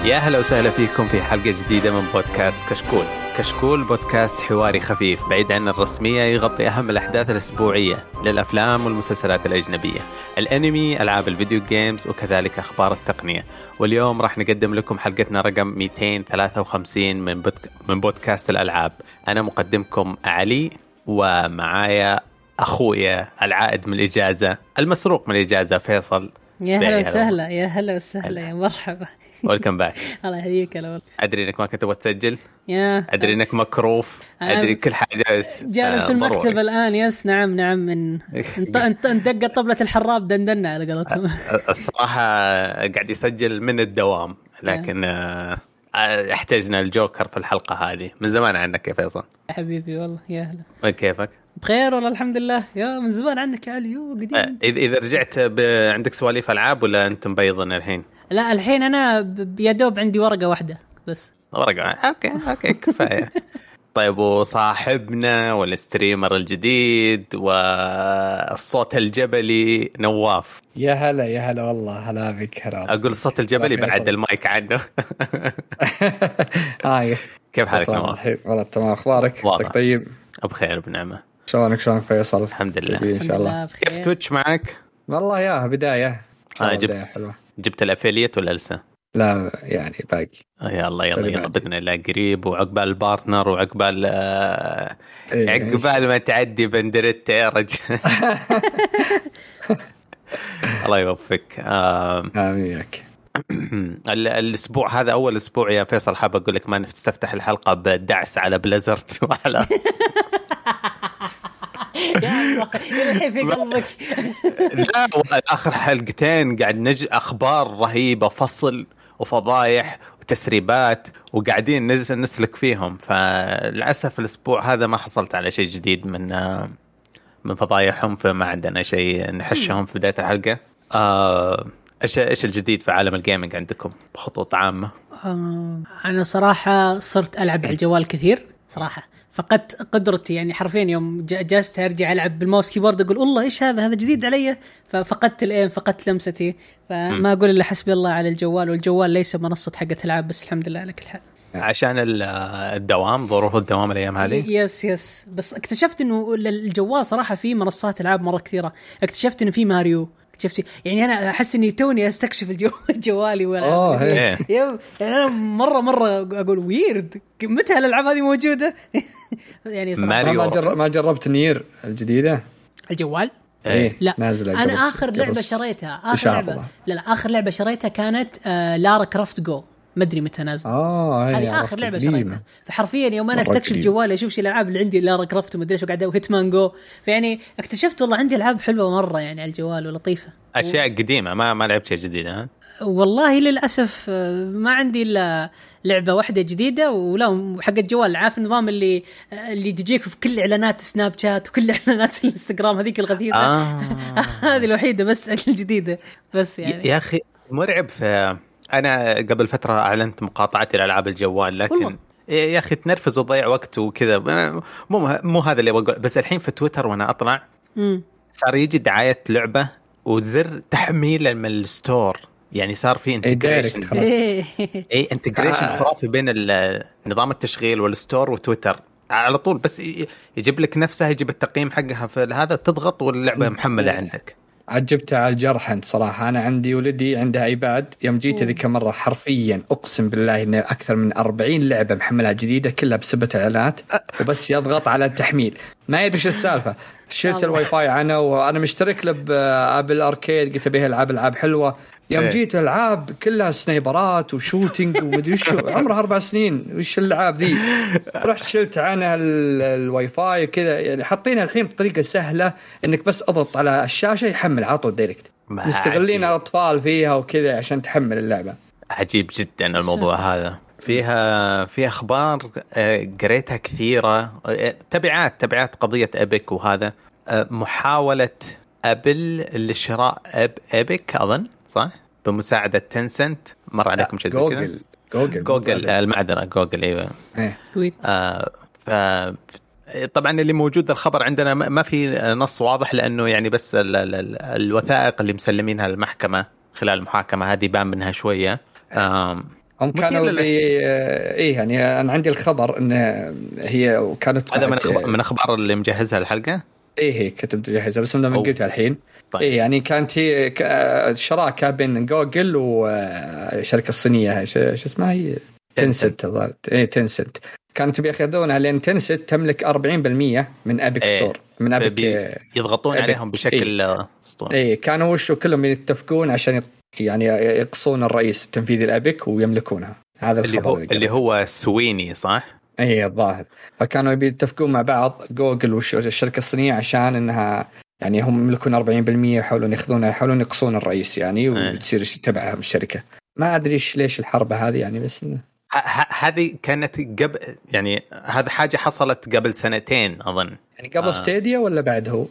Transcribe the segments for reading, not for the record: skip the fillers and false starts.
يا هلا وسهلا فيكم في حلقة جديدة من بودكاست كشكول. كشكول بودكاست حواري خفيف بعيد عن الرسمية، يغطي أهم الأحداث الأسبوعية للأفلام والمسلسلات الأجنبية، الأنمي، ألعاب الفيديو جيمز، وكذلك أخبار التقنية. واليوم راح نقدم لكم حلقتنا رقم 253 من بودكاست الألعاب. أنا مقدمكم علي، ومعايا أخويا العائد من الإجازة، المسروق من الإجازة، فيصل. يا هلا وسهلا، يا هلا وسهلا، يا مرحبا. ويلكم باك. الله يحييك. والله أدري إنك ما كنت تبغى تسجل، أدري إنك مكروف، أدري كل حاجة جالس في المكتب الآن. يس نعم من انت دقت طبلة الحراب دندنا على قولتهم. الصراحة قاعد يسجل من الدوام، لكن احتاجنا الجوكر في الحلقة هذه. من زمان عنك يا فيصل حبيبي. والله يا هلا. كيفك؟ بخير والله الحمد لله. يا من زمان عنك يا علي قديم. إذا رجعت عندك سواليف ألعاب ولا أنت مبيضن الحين؟ لا الحين أنا يا دوب عندي ورقة واحدة بس. ورقة أوكي كفاية. طيب، وصاحبنا والستريمر الجديد والصوت الجبلي نواف. يا هلا والله هلا بك. هلا أقول الصوت الجبلي بعد المايك عنه. كيف حالك نواف؟ والله تمام. أخبارك؟ طيب بخير بنعمة. شلونك فيصل؟ الحمد لله إن شاء الله. كيف تويتش معك؟ والله يا بداية. جبت الأفيليت ولا لسه؟ لا يعني باقي. يلا بإذن الله قريب، وعقبال البارتنر، وعقبال عقبال ما تعدي بندرت يا رجل. الله يوفقك. آمينك. الأسبوع هذا أول أسبوع يا فيصل، حاب أقول لك ما نستفتح الحلقة بدعس على بليزرد وعلى يا الله في قلبك. لا آخر حلقتين قاعد أخبار رهيبة، فصل وفضايح وتسريبات، وقاعدين نسلك فيهم. فللأسف الأسبوع هذا ما حصلت على شيء جديد من فضايحهم، فما عندنا شيء نحشهم في بداية الحلقة. إيش الجديد في عالم الجيمنج عندكم بخطوط عامة؟ أنا صراحة صرت ألعب على الجوال كثير صراحة، فقدت قدرتي يعني حرفيا. يوم جلست أرجع ألعب بالماوس كيبورد أقول والله إيش هذا جديد علي، ففقدت الإيم، فقدت لمستي. فما أقول إلا حسبي الله على الجوال، والجوال ليس منصة حقة ألعاب بس، الحمد لله على كل حال. عشان الدوام، ظروف الدوام الأيام هذه. يس بس اكتشفت إنه الجوال صراحة فيه منصات ألعاب مرة كثيرة. اكتشفت إنه فيه ماريو، شفتي يعني أنا أحس إني توني أستكشف الجوالي والألعاب. يعني أنا مرة أقول ويرد، متى الألعاب هذه موجودة؟ يعني ما جربت نير الجديدة الجوال؟ لا أنا آخر لعبة شريتها آخر لعبة شريتها كانت لارا كرافت جو، ما أدري متى نازل. هذه آخر لعبة شريتها. فحرفيا يوم أنا استكشف جوالي أشوف شيء الألعاب اللي عندي، لارا كرافت وما أدري إيش وقاعدة، وهيتمان جو. فيعني اكتشفت والله عندي ألعاب حلوة مرة يعني على الجوال ولطيفة. أشياء قديمة ما لعبت شيء جديد. والله للأسف ما عندي إلا لعبة واحدة جديدة، ولا حق الجوال عارف النظام اللي تجيك في كل إعلانات سناب شات وكل إعلانات الانستغرام هذيك الغثيثة. هذه الوحيدة بس الجديدة بس يعني. يا أخي مرعب. أنا قبل فترة أعلنت مقاطعتي لألعاب الجوال، لكن يا أخي تنرفز وضيع وقت وكذا. مو هذا اللي بقول. بس الحين في تويتر وأنا أطلع صار يجي دعاية لعبة وزر تحميل من الستور، يعني صار في انتجريشن. انتجريشن خرافي بين نظام التشغيل والستور وتويتر على طول. بس يجيب لك نفسها، يجيب التقييم حقها في هذا، تضغط واللعبة محملة عندك. عجبت على الجرح انت صراحة. أنا عندي ولدي عنده ايباد، يوم جيت ذيك مرة حرفيا أقسم بالله إنه أكثر من 40 لعبة محملة جديدة كلها بسبة إعلانات، وبس يضغط على التحميل ما يدري شو السالفة. شلت الواي فاي عنه، وأنا مشترك له بآبل أركيد، قلت بيه ألعاب حلوة. يوم جيت العاب كلها سنايبرات وشوتينج ومدري شو، عمره 4 سنين، وش الالعاب ذي؟ رحت شلت عنها الواي فاي وكذا. يعني حاطينها الحين بطريقه سهله انك بس اضغط على الشاشه يحمل على طول دايركت. مستغلين الاطفال فيها وكذا عشان تحمل اللعبه. عجيب جدا الموضوع هذا. فيها اخبار قريتها كثيره، تبعات قضيه ابيك، وهذا محاوله ابل لشراء ابيك اظن صح، بمساعدة تنسنت. مر عليكم شيء زي كذا؟ جوجل المعذرة، جوجل ايوه. طبعا اللي موجود الخبر عندنا ما في نص واضح، لانه يعني بس الوثائق اللي مسلمينها المحكمة خلال المحاكمة هذه بان منها شوية. هم كانوا ايه يعني انا عندي الخبر ان هي كانت هذا من اخبار اللي مجهزها الحلقه. ايه كنت مجهزها بس لما قلتها الحين. طيب. ايه يعني كانت هي شراكه بين جوجل وشركه الصينيه شو اسمها هي تنسنت الظاهر. ايه تنسنت كانت بياخذونها لان تنسنت تملك 40% من ابيك ستور من ابيك يضغطون عليهم بشكل اسطوري. ايه كانوا وشو كلهم يتفقون عشان يعني يقصون الرئيس التنفيذي الابيك ويملكونها. هذا اللي هو السويني صح. ايه الظاهر. فكانوا يتفقون مع بعض جوجل والشركه الصينيه عشان انها يعني هم يملكون 40% يحاولون ياخذونها يحاولون يقصون الرئيس يعني وتصير تبعهم الشركه. ما ادري ليش الحرب هذه يعني بس هذه كانت قبل يعني هذا حاجه حصلت قبل سنتين اظن يعني قبل ستيديا ولا بعده.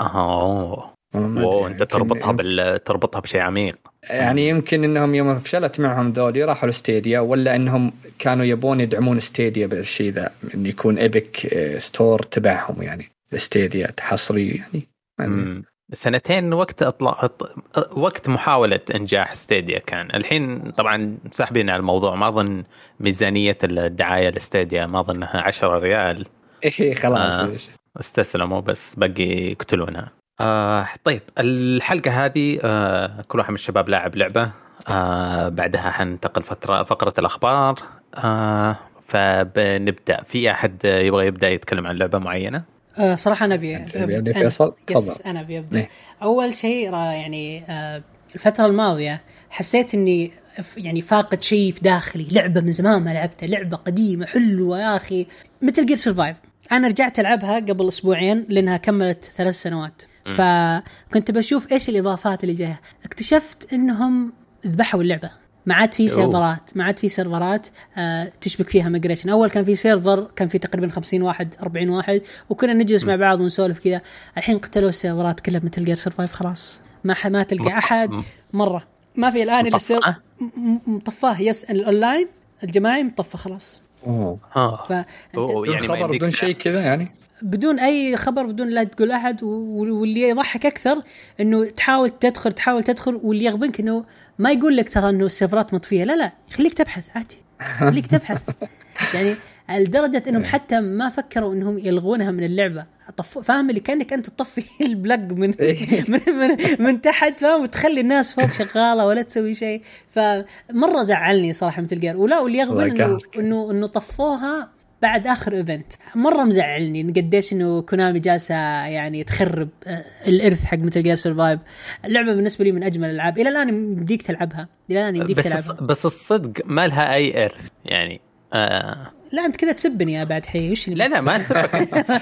انت تربطها بشيء عميق يعني يمكن انهم يوم فشلت معهم ذولي راحوا لستيديا ولا انهم كانوا يبون يدعمون ستيديا بالشيء ذا ان يكون ايبك ستور تبعهم يعني ستيديا حصري يعني سنتين وقت محاولة إنجاح ستيديا كان. الحين طبعا ساحبين على الموضوع. ما أظن ميزانية الدعاية لستيديا ما أظنها 10 ريال. إيه خلاص استسلموا بس بقي يقتلونها. طيب الحلقة هذه كل واحد من الشباب لاعب لعبة. بعدها حننتقل فقرة الأخبار. فبنبدأ. في أحد يبغى يبدأ يتكلم عن لعبة معينة؟ صراحة أنا أبي فيصل تفضل. أنا أبدأ. أول شيء يعني الفترة الماضية حسيت إني يعني فاقد شيء في داخلي. لعبة من زمان ما لعبتها، لعبة قديمة حلوة يا أخي، مثل جير سرفايف. أنا رجعت ألعبها قبل أسبوعين لأنها كملت 3 سنوات. فكنت بشوف إيش الإضافات اللي جاية. اكتشفت إنهم ذبحوا اللعبة. ما عاد في سيرفرات تشبك فيها ميجريشن. أول كان في سيرفر كان في تقريبا 50 واحد 40 واحد وكنا نجلس مع بعض ونسولف كذا. الحين قتلوا السيرفرات كلها مثل جير سرفايف. خلاص ما تلقى أحد مرة. ما في الآن إلا السيرفر مطفاه. الأونلاين الجماعي مطفى خلاص. يعني خبر بدون شيء كذا يعني بدون أي خبر بدون لا تقول أحد. واللي يضحك أكثر إنه تحاول تدخل واللي يغبنك إنه ما يقول لك ترى إنه السيرفرات مطفية. لا يخليك تبحث عادي. خليك تبحث يعني لدرجة إنهم حتى ما فكروا إنهم يلغونها من اللعبة. فاهم اللي كأنك أنت تطفي البلاك من تحت فاهم وتخلي الناس فوق شغالة ولا تسوي شيء. فمرة زعلني صراحة مثل جير. واللي يغبن إنه طفوها بعد آخر إيفنت. مرة مزعلني إن قديش إنه كونامي جالسة يعني تخرب الإرث حق مثل جير سرفايف. اللعبة بالنسبة لي من أجمل الألعاب. إلى الآن يمديك تلعبها. بس الصدق ما لها أي إرث يعني. لا أنت كذا تسبني يا بعد حي. وش لا ما أسبك.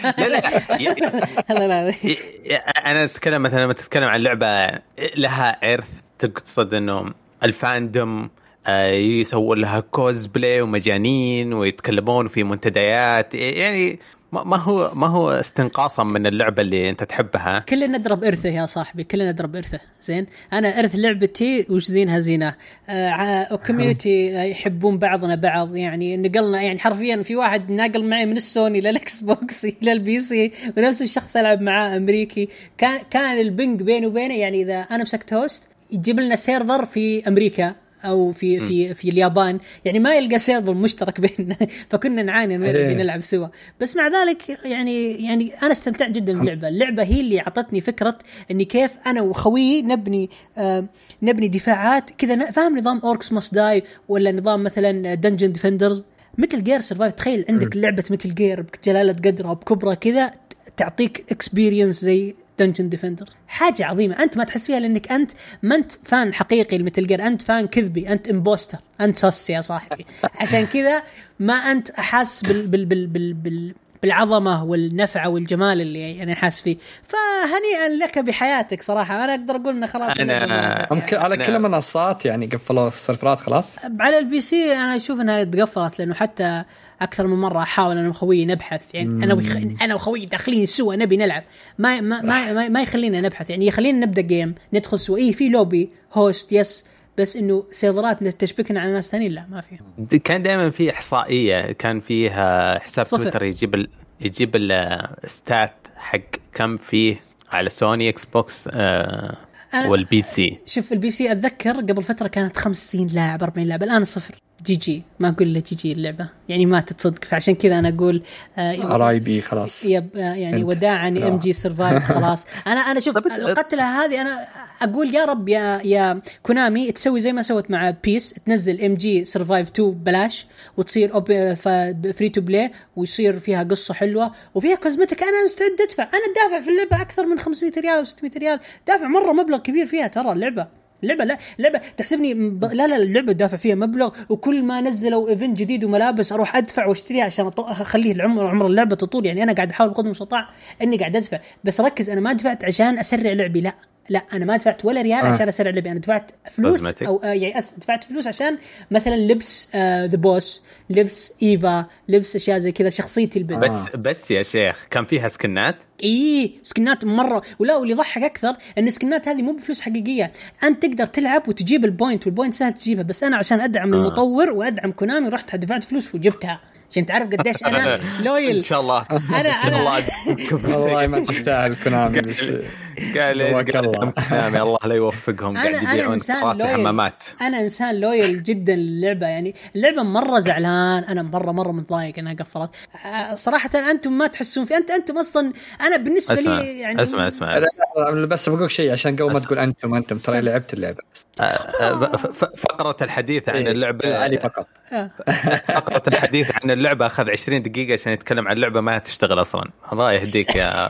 لا أنا أتكلم مثلا لما تتكلم عن لعبة لها إرث تقصد إنه الفاندوم يسوون لها كوزبلاي ومجانين ويتكلمون في منتديات يعني. ما هو استنقاصا من اللعبة اللي أنت تحبها. كلنا نضرب إرثه يا صاحبي. كلنا نضرب إرثه. زين أنا إرث لعبتي وش زينها زينة. كوميونتي يحبون بعضنا بعض يعني. نقلنا يعني حرفيا في واحد ناقل معي من السوني للإكس بوكس إلى البي سي ونفس الشخص ألعب معاه أمريكي. كان البنج بينه وبينه يعني إذا أنا مسكت هوست يجيب لنا سيرفر في أمريكا أو في اليابان يعني ما يلقى سيرفر مشترك بيننا. فكنا نعاني نرجع نلعب سوا. بس مع ذلك يعني أنا استمتعت جدا باللعبة. اللعبة هي اللي عطتني فكرة إني كيف أنا وخويي نبني دفاعات كذا. فاهم نظام أوركس ماست داي ولا نظام مثلا دنجن ديفندرز مثل جير سرفايف. تخيل عندك لعبة مثل جير بجلالة قدرها وبكبرها كذا تعطيك اكسبيرينس زي دنجن ديفندرز. حاجة عظيمة أنت ما تحس فيها لأنك أنت ما أنت فان حقيقي لمثل جير. أنت فان كذبي. أنت إمبوستر. أنت صص يا صاحبي. عشان كذا ما أنت أحس بالعظمة والنفع والجمال اللي أنا حاس فيه. فهنيئا لك بحياتك صراحة. أنا أقدر أقول إنه خلاص على كل المنصات يعني قفلوا السيرفرات خلاص. على البي سي أنا أشوف إنها تقفلت لأنه حتى أكثر من مرة أحاول أنا وخويي نبحث يعني. أنا وخويي داخلين سوا نبي نلعب ما يخلينا نبحث يعني. يخلينا نبدأ جيم ندخل سوا في لوبي هوست يس. بس إنه سيرفرات تشبكنا على ناس ثانيين لا ما فيها. كان دائما في إحصائية كان فيها حساب تويتر يجيب الستات حق كم فيه على سوني اكس بوكس والبي سي. شوف البي سي أتذكر قبل فترة كانت 50 لاعب 40 لاعب. الآن 0 جي ما أقول له جي اللعبة يعني ما تتصدق. فعشان كذا أنا أقول رايبي خلاص يعني وداعني MG سرفايف خلاص. أنا شوف القتلة هذه أنا أقول يا رب يا كونامي تسوي زي ما سوت مع بيس، تنزل MG سرفايف 2 بلاش وتصير فري تو بلاي ويصير فيها قصة حلوة وفيها كوزمتك. أنا مستعد أدفع، أنا دافع في اللعبة أكثر من 500 ريال أو 600 ريال، دافع مرة مبلغ كبير فيها. ترى اللعبة لا لعبة تحسبني لا اللعبة دافع فيها مبلغ، وكل ما نزلوا ايفنت جديد وملابس اروح ادفع واشتريها عشان اخليه عمر اللعبة تطول. يعني انا قاعد احاول بقدر المستطاع اني قاعد ادفع، بس ركز انا ما دفعت عشان اسرع لعبي، لا انا ما دفعت ولا ريال عشان اسرع لعبي، انا دفعت فلوس او يعني دفعت فلوس عشان مثلا لبس ذا بوس، لبس ايفا، لبس اشياء زي كذا شخصيتي البنت. بس يا شيخ كان فيها سكنات، سكنات مره. ولا واللي يضحك اكثر ان السكنات هذه مو بفلوس حقيقيه، انت تقدر تلعب وتجيب البوينت، والبوينت سهل تجيبها، بس انا عشان ادعم المطور وادعم كونامي رحت دفعت فلوس وجبتها عشان تعرف قديش انا لويل. ان شاء الله انا والله ما تستاهل كونامي، بس قال ايش كونامي الله لا يوفقهم، قاعد يبيعون راس حمامات. انا انسان لويل جدا للعبه، يعني اللعبه مره زعلان، انا مره متضايق انها قفلت صراحه. انتم ما تحسون في انتم اصلا، انا بالنسبه لي يعني اسمع بس بقولك شيء عشان قبل ما تقول انتم ترى لعبت اللعبه. فقره الحديث عن اللعبه علي فقط. فقره الحديث عن اللعبه اخذ 20 دقيقه عشان يتكلم عن اللعبه ما تشتغل اصلا. الله يهديك يا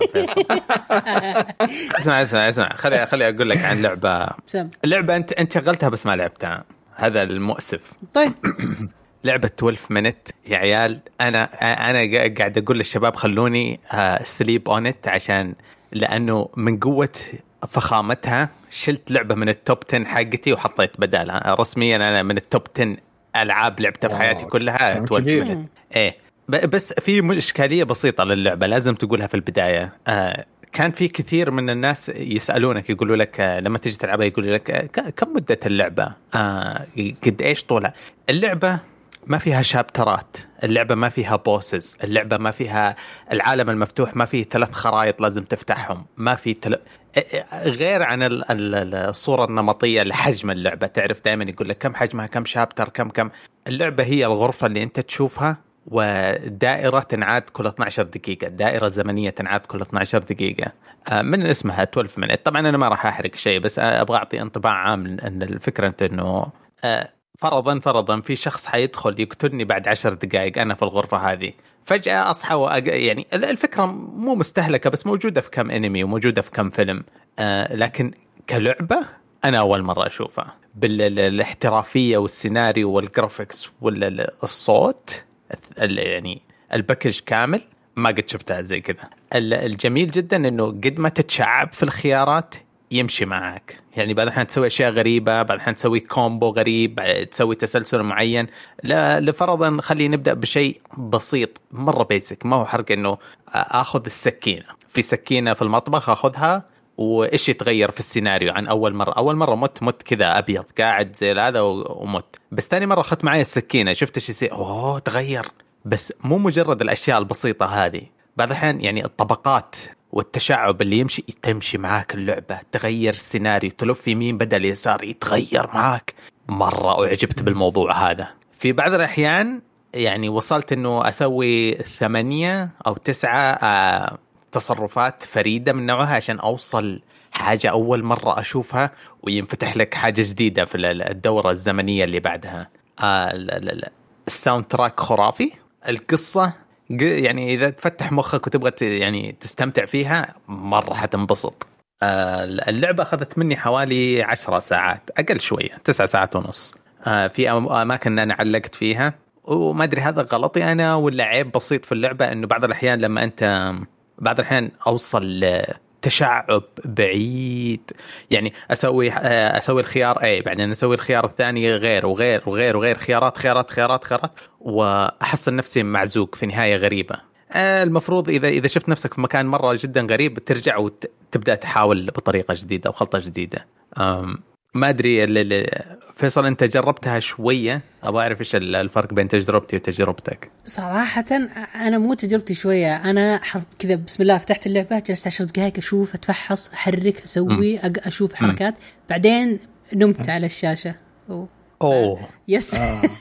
اسمع خلي اقول لك عن اللعبه انت شغلتها بس ما لعبتها، هذا المؤسف. طيب لعبه 12 مينت يا عيال، انا قاعد اقول للشباب خلوني سليب اون ات، عشان لانه من قوه فخامتها شلت لعبه من التوب 10 حقتي وحطيت بدالها. رسميا انا من التوب 10 العاب لعبتها في حياتي كلها 12 مينت. بس في اشكاليه بسيطه للعبه لازم تقولها في البدايه. كان في كثير من الناس يسألونك يقولوا لك لما تيجي تلعبها يقولوا لك كم مدة اللعبة، قد إيش طولها. اللعبة ما فيها شابترات، اللعبة ما فيها بوسز، اللعبة ما فيها العالم المفتوح، ما فيه 3 خرائط لازم تفتحهم، ما في غير عن الصورة النمطية لحجم اللعبة. تعرف دائما يقول لك كم حجمها، كم شابتر، كم. اللعبة هي الغرفة اللي أنت تشوفها، ودائرة تنعاد كل 12 دقيقة، دائرة زمنية تنعاد كل 12 دقيقة. من اسمها 12 منت. طبعا أنا ما راح أحرق شيء، بس أبغى أعطي انطباع عام أن الفكرة أنه فرضا في شخص حيدخل يقتلني بعد 10 دقائق أنا في الغرفة هذه، فجأة أصحى يعني الفكرة مو مستهلكة بس موجودة في كم أنمي وموجودة في كم فيلم، لكن كلعبة أنا أول مرة أشوفها بالاحترافية والسيناريو والجرافيكس والصوت، يعني الباكج كامل ما قد شفتها زي كذا. الجميل جدا انه قد ما تتشعب في الخيارات يمشي معك، يعني بعد الحين تسوي اشياء غريبه، بعد الحين تسوي كومبو غريب، تسوي تسلسل معين. لفرضا خلينا نبدا بشيء بسيط مره بيسك، ما هو حرق انه اخذ السكينه، في سكينه في المطبخ اخذها وايش يتغير في السيناريو عن اول مره مت كذا ابيض قاعد زي هذا ومت، بس ثاني مره اخذت معي السكينه شفت ايش يصير، تغير. بس مو مجرد الاشياء البسيطه هذه، بعض الأحيان يعني الطبقات والتشعب اللي تمشي معاك اللعبه، تغير السيناريو، تلف يمين بدل يسار يتغير معاك. مره اعجبت بالموضوع هذا. في بعض الاحيان يعني وصلت انه اسوي 8 أو 9 تصرفات فريدة من نوعها عشان أوصل حاجة أول مرة أشوفها، وينفتح لك حاجة جديدة في الدورة الزمنية اللي بعدها. الساوند تراك خرافي، القصة يعني إذا تفتح مخك وتبغى يعني تستمتع فيها مرة حتنبسط. اللعبة أخذت مني حوالي 10 ساعات، أقل شوية 9 ساعات ونص. في أماكن أنا علقت فيها، وما أدري هذا غلطي أنا ولا عيب بسيط في اللعبة، إنه بعض الأحيان لما أنت بعض الأحيان أوصل لتشعب بعيد، يعني أسوي الخيار A بعدين أسوي الخيار الثاني غير وغير خيارات وأحصل نفسي معزوق في نهاية غريبة. المفروض إذا شفت نفسك في مكان مرة جدا غريب ترجع وتبدأ تحاول بطريقة جديدة وخلطة جديدة. ما أدري فيصل أنت جربتها شوية، أبغى أعرف إيش الفرق بين تجربتي وتجربتك. صراحة أنا مو تجربتي شوية، أنا كذا بسم الله فتحت اللعبة، جلست 10 دقائق أشوف، أتفحص، أحرك، أسوي، أشوف حركات، بعدين نمت على الشاشة يس.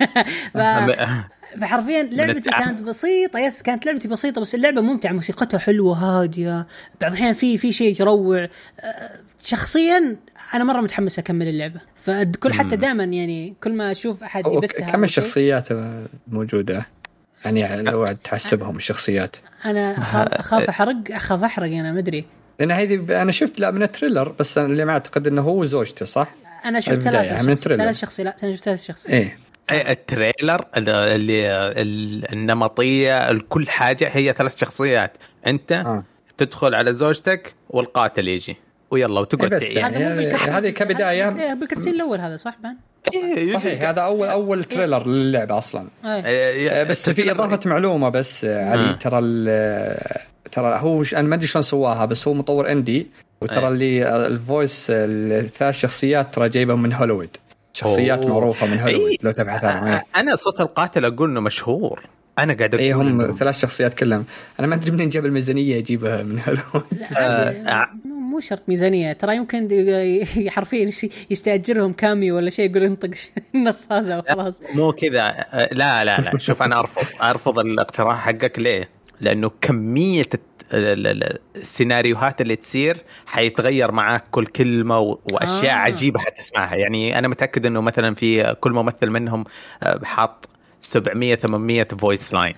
فحرفيا لعبتي كانت بسيطة. كانت لعبتي بسيطة بس اللعبة ممتعة، موسيقتها حلوة هادية، بعض الأحيان في شيء يروع. شخصيا أنا مرة متحمس أكمل اللعبة. فكل حتى دائما يعني كل ما أشوف أحد يبثها كم الشخصيات موجودة يعني لو تحسبهم الشخصيات. أنا أخاف أحرق أنا ما أدري، لأن هذه أنا شفت من التريلر بس اللي ما أعتقد إنه هو زوجته صح. أنا شفت ثلاث شخصيات. أنا شفت 3 شخصيات. التريلر اللي النمطية كل حاجة هي 3 شخصيات. أنت تدخل على زوجتك والقاتل يجي ويلا وتقعد تعيش. هذه كبداية بالكتسين الأول هذا صح بان؟ صحيح هذا أول تريلر للعبة أصلا. بس في إضافة معلومة بس علي، ترى هو أنا ما أدري شلون سواها بس هو مطور إندي، وترى اللي الفويس ال3 شخصيات ترى جايبهم من هوليوود، شخصيات معروفة من هوليوود لو تبحث عنها. أنا صوت القاتل أقول إنه مشهور. أنا قاعد أقول هم 3 شخصيات كلهم. أنا ما أدري منين جاب الميزانية يجيبها من هوليوود. مو شرط ميزانية، ترى يمكن حرفيا يستأجرهم كاميو ولا شيء يقول انطق النص هذا وخلاص. مو كذا. لا شوف أنا أرفض الاقتراح حقك. ليه؟ لأنه كمية السيناريوهات اللي تصير حيتغير معاك كل كلمة وأشياء عجيبة حتسمعها. يعني أنا متأكد أنه مثلا في كل ممثل منهم حاط 700-800 فويس لاين.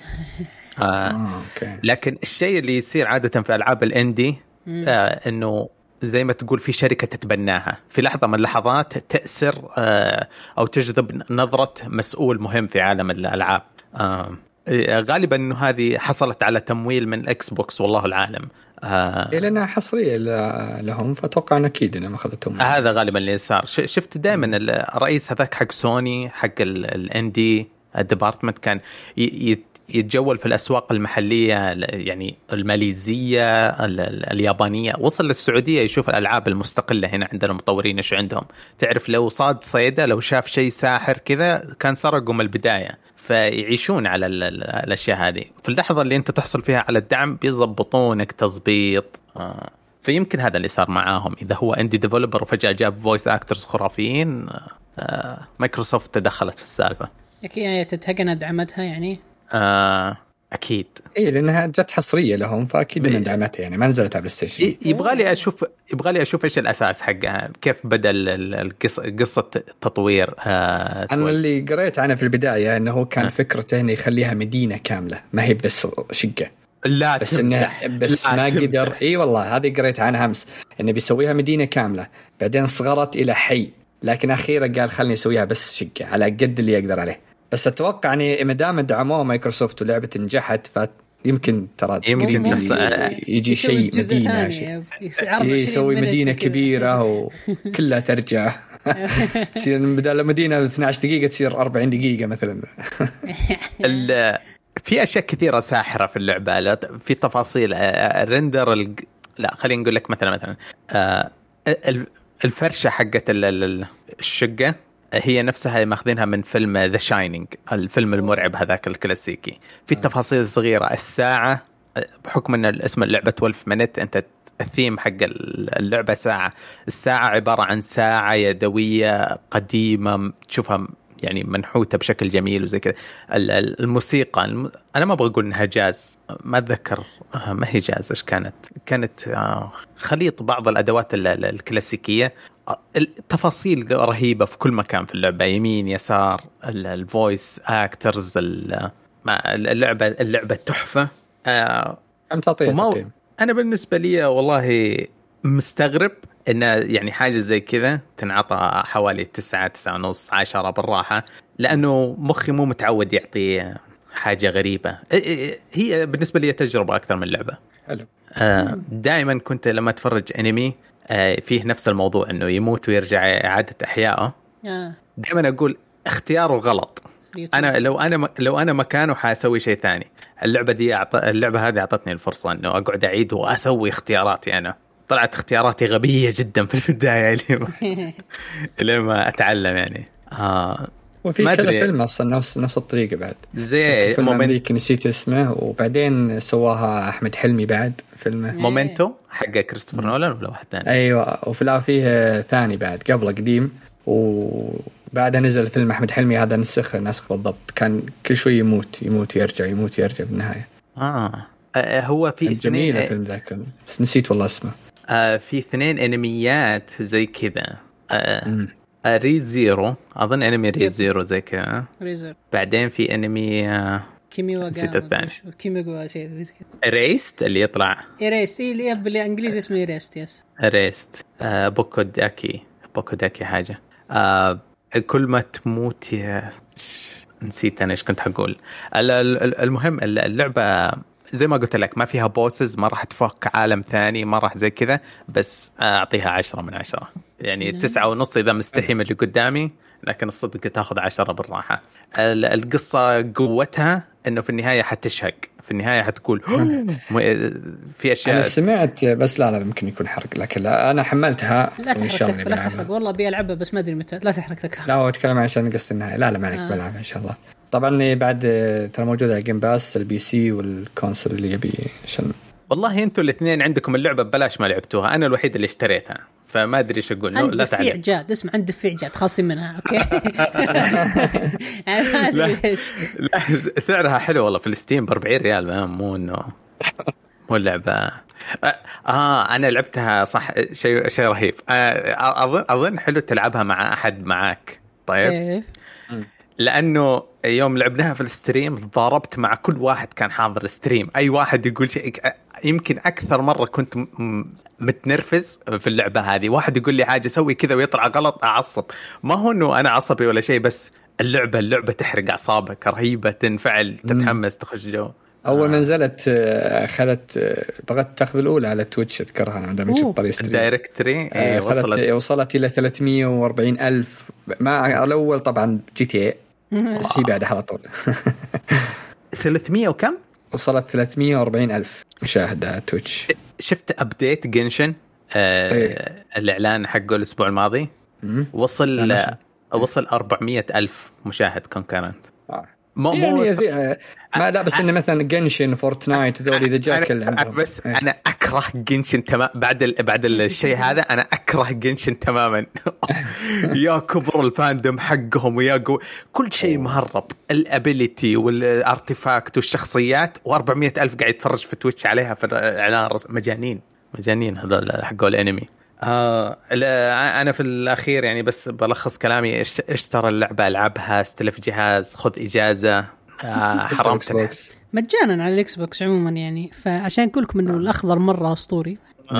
لكن الشيء اللي يصير عادة في ألعاب الإندي أنه زي ما تقول في شركة تتبناها في لحظة من اللحظات تأثر أو تجذب نظرة مسؤول مهم في عالم الألعاب. غالبا انه هذه حصلت على تمويل من الاكس بوكس والله العالم. لانها حصريه لهم فاتوقع ان اكيد انهم اخذوا تمويل. هذا غالبا اللي صار. شفت دائما الرئيس هذاك حق سوني حق الاندي الديبارتمنت كان يتجول في الاسواق المحليه، يعني الماليزيه اليابانيه، وصل للسعوديه يشوف الالعاب المستقله هنا عندنا مطورين ايش عندهم. تعرف لو صاد صيده لو شاف شيء ساحر كذا كان سرقوا من البدايه، فيعيشون على الاشياء هذه. في اللحظه اللي انت تحصل فيها على الدعم بيضبطونك تظبيط. فيمكن هذا اللي صار معاهم. اذا هو اندي ديفلوبر وفجاه جاب فويس اكترز خرافيين، مايكروسوفت تدخلت في السالفه. اكيد تتهجن دعمتها يعني. اكيد لانها جت حصريه لهم فاكيد انها دعمتها، يعني ما نزلت على بلاي ستيشن. يبغى لي اشوف ايش الاساس حقها، كيف بدا قصه التطوير. انا اللي قريت عنه في البدايه انه كان فكرته انه يخليها مدينه كامله، ما هي بس شقه. لا بس انه بس ما قدر. والله هذه قريت عنها امس انه بيسويها مدينه كامله، بعدين صغرت الى حي، لكن اخيرا قال خلني اسويها بس شقه على قد اللي يقدر عليه. بس اتوقع يعني ما دام دعموها مايكروسوفت ولعبه نجحت فيمكن ترى يجي شيء مدينه يسوي مدينه كبيره وكلها ترجع تصير بدل مدينه 12 دقيقه تصير 40 دقيقه مثلا. في اشياء كثيره ساحره في اللعبه، في تفاصيل الرندر لا خلينا نقول لك مثلا الفرشه حقت الشقه هي نفسها ماخذينها من فيلم ذا شاينينج، الفيلم المرعب هذاك الكلاسيكي. في التفاصيل صغيرة. الساعة بحكم ان الاسم اللعبة 12 minute، انت الثيم حق اللعبة ساعة. الساعة عبارة عن ساعة يدوية قديمة تشوفها يعني منحوتة بشكل جميل وزي كذا. الموسيقى انا ما ابغى اقول انها جاز، ما اتذكر ما هي جاز ايش كانت خليط بعض الادوات الكلاسيكية. التفاصيل رهيبة في كل مكان في اللعبة، يمين يسار، الفويس اكترز، اللعبة تحفة. أنا بالنسبة لي والله مستغرب إن يعني حاجة زي كذا تنعطى حوالي 9.5 10 بالراحة، لأنه مخي مو متعود يعطي حاجة غريبة. هي بالنسبة لي تجربة أكثر من لعبة. دائما كنت لما أتفرج أنمي فيه نفس الموضوع إنه يموت ويرجع إعادة إحيائه، دائما أقول اختياره غلط. أنا لو أنا مكانه حاسوي شيء ثاني. اللعبة هذه أعطتني الفرصة إنه أقعد أعيد وأسوي اختياراتي. أنا طلعت اختياراتي غبية جدا في البداية لما أتعلم يعني. وفي كذا فيلم أصلا نفس الطريقة بعد، زي فيلم أمريكي نسيت اسمه، وبعدين سواها أحمد حلمي بعد فيلمه مومنتو حق كريستوفر نولان ولا واحد ثاني. أيوة، وفي فيه ثاني بعد قبله قديم بعدها نزل فيلم أحمد حلمي هذا نسخ بالضبط، كان كل شوي يموت يرجع بالنهاية. هو في جميل الفيلم ذاك بس نسيت والله اسمه. في 2 انميات زي كذا. ريزيرو اظن انمي ريزيرو زي كذا. بعدين في انمي كيميغو شيء ريست اللي يطلع ريست اللي بالانجليزي اسمه ريست. يس ريست. بوكوداكي حاجه. كل ما تموت نسيت انا ايش كنت حقول. المهم اللعبه زي ما قلت لك ما فيها بوسز، ما راح تفك عالم ثاني، ما راح زي كذا، بس أعطيها 10 من 10 يعني 9.5 إذا مستحي من اللي قدامي، لكن الصدق تأخذ 10 بالراحة. القصة قوتها إنه في النهاية حتشهق، في النهاية حتقول في أشياء. أنا سمعت بس لا ممكن يكون حرق، لكن لا أنا حملتها. لا تحرق والله بيلعبها بس ما أدري متى. لا تحرق تكره. لا هو أتكلم عشان قصة النهاية. لا ما عليك بلعبها إن شاء الله. طبعا بعد ترى موجودة جيم باس البي سي والكونسول اللي يبي عشان. والله انتوا الاثنين عندكم اللعبة ببلاش ما لعبتوها، انا الوحيد اللي اشتريتها فما ادري ايش اقول. لا تعلم. عند جاد اسمع، عند دفع جاد خاصين منها. اوكي. لا سعرها حلو والله في الستيم ب40 ريال، مو انه مو اللعبة. انا لعبتها صح. شيء رهيب. اظن حلو تلعبها مع احد معاك. طيب لأنه يوم لعبناها في الستريم ضربت مع كل واحد كان حاضر الستريم، أي واحد يقول شيء. يمكن أكثر مرة كنت متنرفز في اللعبة هذه، واحد يقول لي حاجة سوي كذا ويطلع غلط أعصب. ما هو أنه أنا عصبي ولا شيء، بس اللعبة تحرق أعصابك، رهيبة، تنفعل، تتحمس، تخش جو. أول ما نزلت أخذت بغت تأخذ الأولى على تويتش أذكرها أنا عندما نشوف طريق ستريم دايركتري. وصلت إلى 340,000 مع الأول طبعا GTA بس هي بعد على طول 300 وكم؟ وصلت 340,000 مشاهدة على تويتش. شفت أبديت جنشن الإعلان حقه الأسبوع الماضي وصل 400,000 مشاهد كونكرنت. يعني ما لا بس إنه مثلا جنشن فورتنايت ذولي ذا جاكل بس أنا أكره جنشن تمام. بعد الشيء هذا أنا أكره جنشن تماما. يا كبر الفاندم حقهم ويا كل شيء مهرب، الابيليتي والارتيفاكت والشخصيات، و400,000 قاعد يتفرج في تويتش عليها في الإعلان. مجانين هذول حقوا الانمي. أنا في الأخير يعني بس بلخص كلامي، اشترى اللعبة، ألعبها، استلف جهاز، خذ إجازة. حرام مجانا على الإكس بوكس عموما يعني، فعشان أقولكم إنه الأخضر مرة أسطوري.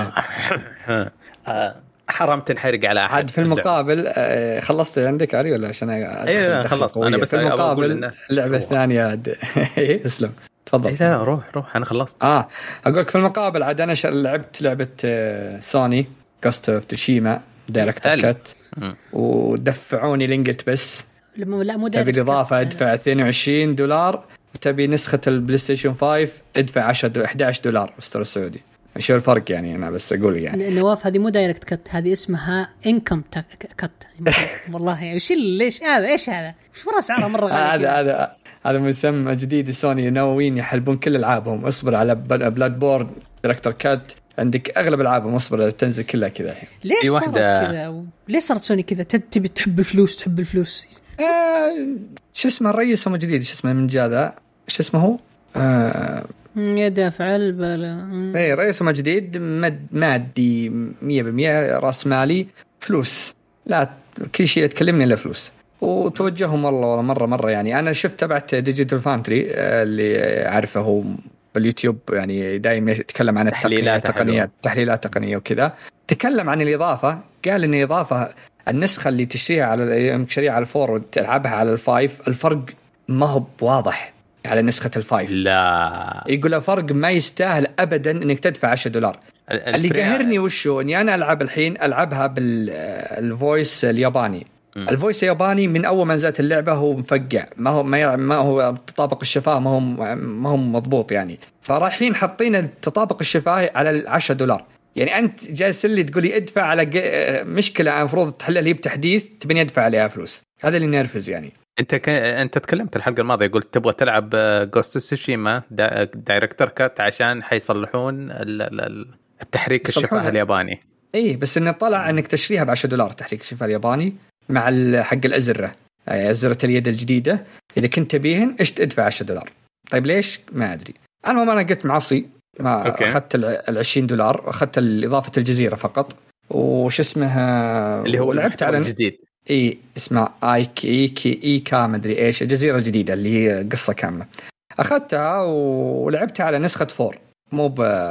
حرام تنحرق على أحد. في المقابل خلصت عندك عري ولا عشان خلصت أنا بس في المقابل اللعبة الثانية اسلم تفضل. لا روح أنا خلصت. أقولك في المقابل عاد أنا لعبت لعبة سوني Ghost of Tsushima دايركتر كات ودفعوني لينجت بس. لا مو دايركت. تبي الإضافة ادفع $22 وتبي نسخة البلاي ستيشن 5 ادفع $11 مستر السعودي. شو الفرق يعني؟ أنا بس أقول يعني نواف هذه مو دايركت كات، هذه اسمها إنكم كات. والله يعني ليش هذا؟ إيش هذا؟ فرق سعره مرة غالي. هذا مسمى جديد. سوني ناويين يحلبون كل ألعابهم. اصبر على بلاد بورن دايركتر كات، عندك أغلب ألعابهم اصبر تنزل كلها كذا. ليش صارت كذا؟ ليش صارت سوني كذا تبي تحب الفلوس؟ شو اسمه الرئيس هم جديد، شو اسمه من جاذا، شو اسمه هو يدافع البلا. اي رئيسهم جديد مادي 100% راس مالي فلوس، لا كل شيء تكلمني الا فلوس. وتوجههم والله مرة يعني. أنا شفت تبعت ديجيتال فانتري اللي عارفه هو باليوتيوب يعني دائما يتكلم عن تحليلات تقنية وكذا. تكلم عن الإضافة، قال إن الإضافة النسخة اللي تشتريها على الفور وتلعبها على الفايف الفرق ما هو واضح على نسخة الفايف. لا يقول فرق ما يستاهل أبدا إنك تدفع $10. اللي قهرني وشو إني أنا ألعبها بالفويس الياباني. الفويس الياباني من أول ما نزلت اللعبة هو مفقع، ما هو تطابق الشفاه ما هو مضبوط يعني. فرايحين حاطين التطابق الشفاه على $10. يعني أنت جالس اللي تقولي ادفع على مشكلة المفروض تحلها لي بتحديث تبني ادفع عليها فلوس. هذا اللي نرفز يعني. انت تكلمت الحلقه الماضيه قلت تبغى تلعب جوست سوشيما دايركتر كات عشان حيصلحون التحريك الشفاه الياباني. ايه بس انه طلع انك تشتريها $10 تحريك الشفاه الياباني، مع حق الأزرة، أزرة اليد الجديدة إذا كنت تبيهن ادفع $10. طيب ليش؟ ما أدري. أنا قلت معصي، ما أخذت $20 وأخذت إضافة الجزيرة فقط، وش اسمها اللي هو لعبت على الجديد اسمه إيكا ما أدري إيش، الجزيرة الجديدة اللي هي قصة كاملة. أخذتها ولعبتها على نسخة 4 مو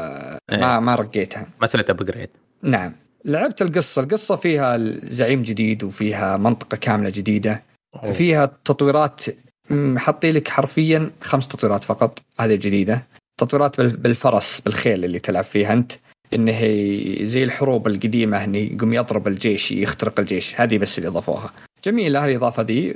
ما رقيتها، ما سويت أبجريد. نعم لعبت القصة فيها زعيم جديد وفيها منطقة كاملة جديدة. فيها تطويرات، حطي لك حرفيا 5 تطويرات فقط هذه الجديدة. تطويرات بالفرس بالخيل اللي تلعب فيها أنت، إنه زي الحروب القديمة إنه يقوم يضرب الجيش يخترق الجيش، هذه بس اللي أضافوها. جميلة الإضافة دي.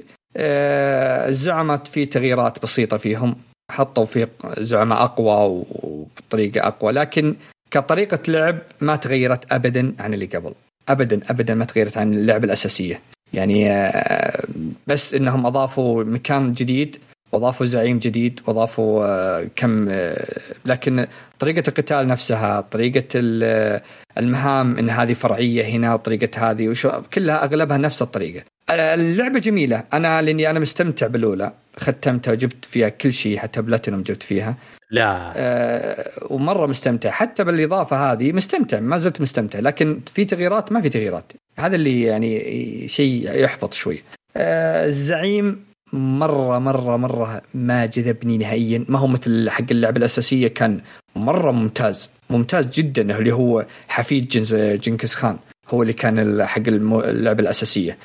الزعماء في تغييرات بسيطة فيهم، حطوا في زعماء أقوى وبطريقة أقوى، لكن كطريقة لعب ما تغيرت أبدا عن اللي قبل، أبدا ما تغيرت عن اللعبة الأساسية يعني. بس إنهم أضافوا مكان جديد وأضافوا زعيم جديد وأضافوا كم، لكن طريقة القتال نفسها، طريقة المهام إن هذه فرعية هنا وطريقة هذه كلها أغلبها نفس الطريقة. اللعبة جميلة، لأني أنا مستمتع بالأولى، ختمتها وجبت فيها كل شيء، حتى بلاتينوم جبت فيها. لا ومرة مستمتع، حتى بالإضافة هذه مستمتع، ما زلت مستمتع، لكن في تغييرات ما في تغييرات، هذا اللي يعني شيء يحبط شوي. الزعيم مرة ما جذبني نهائيا، ما هو مثل حق اللعبة الأساسية، كان مرة ممتاز جدا، اللي هو حفيد جنكيز خان، هو اللي كان حق اللعبة الأساسية.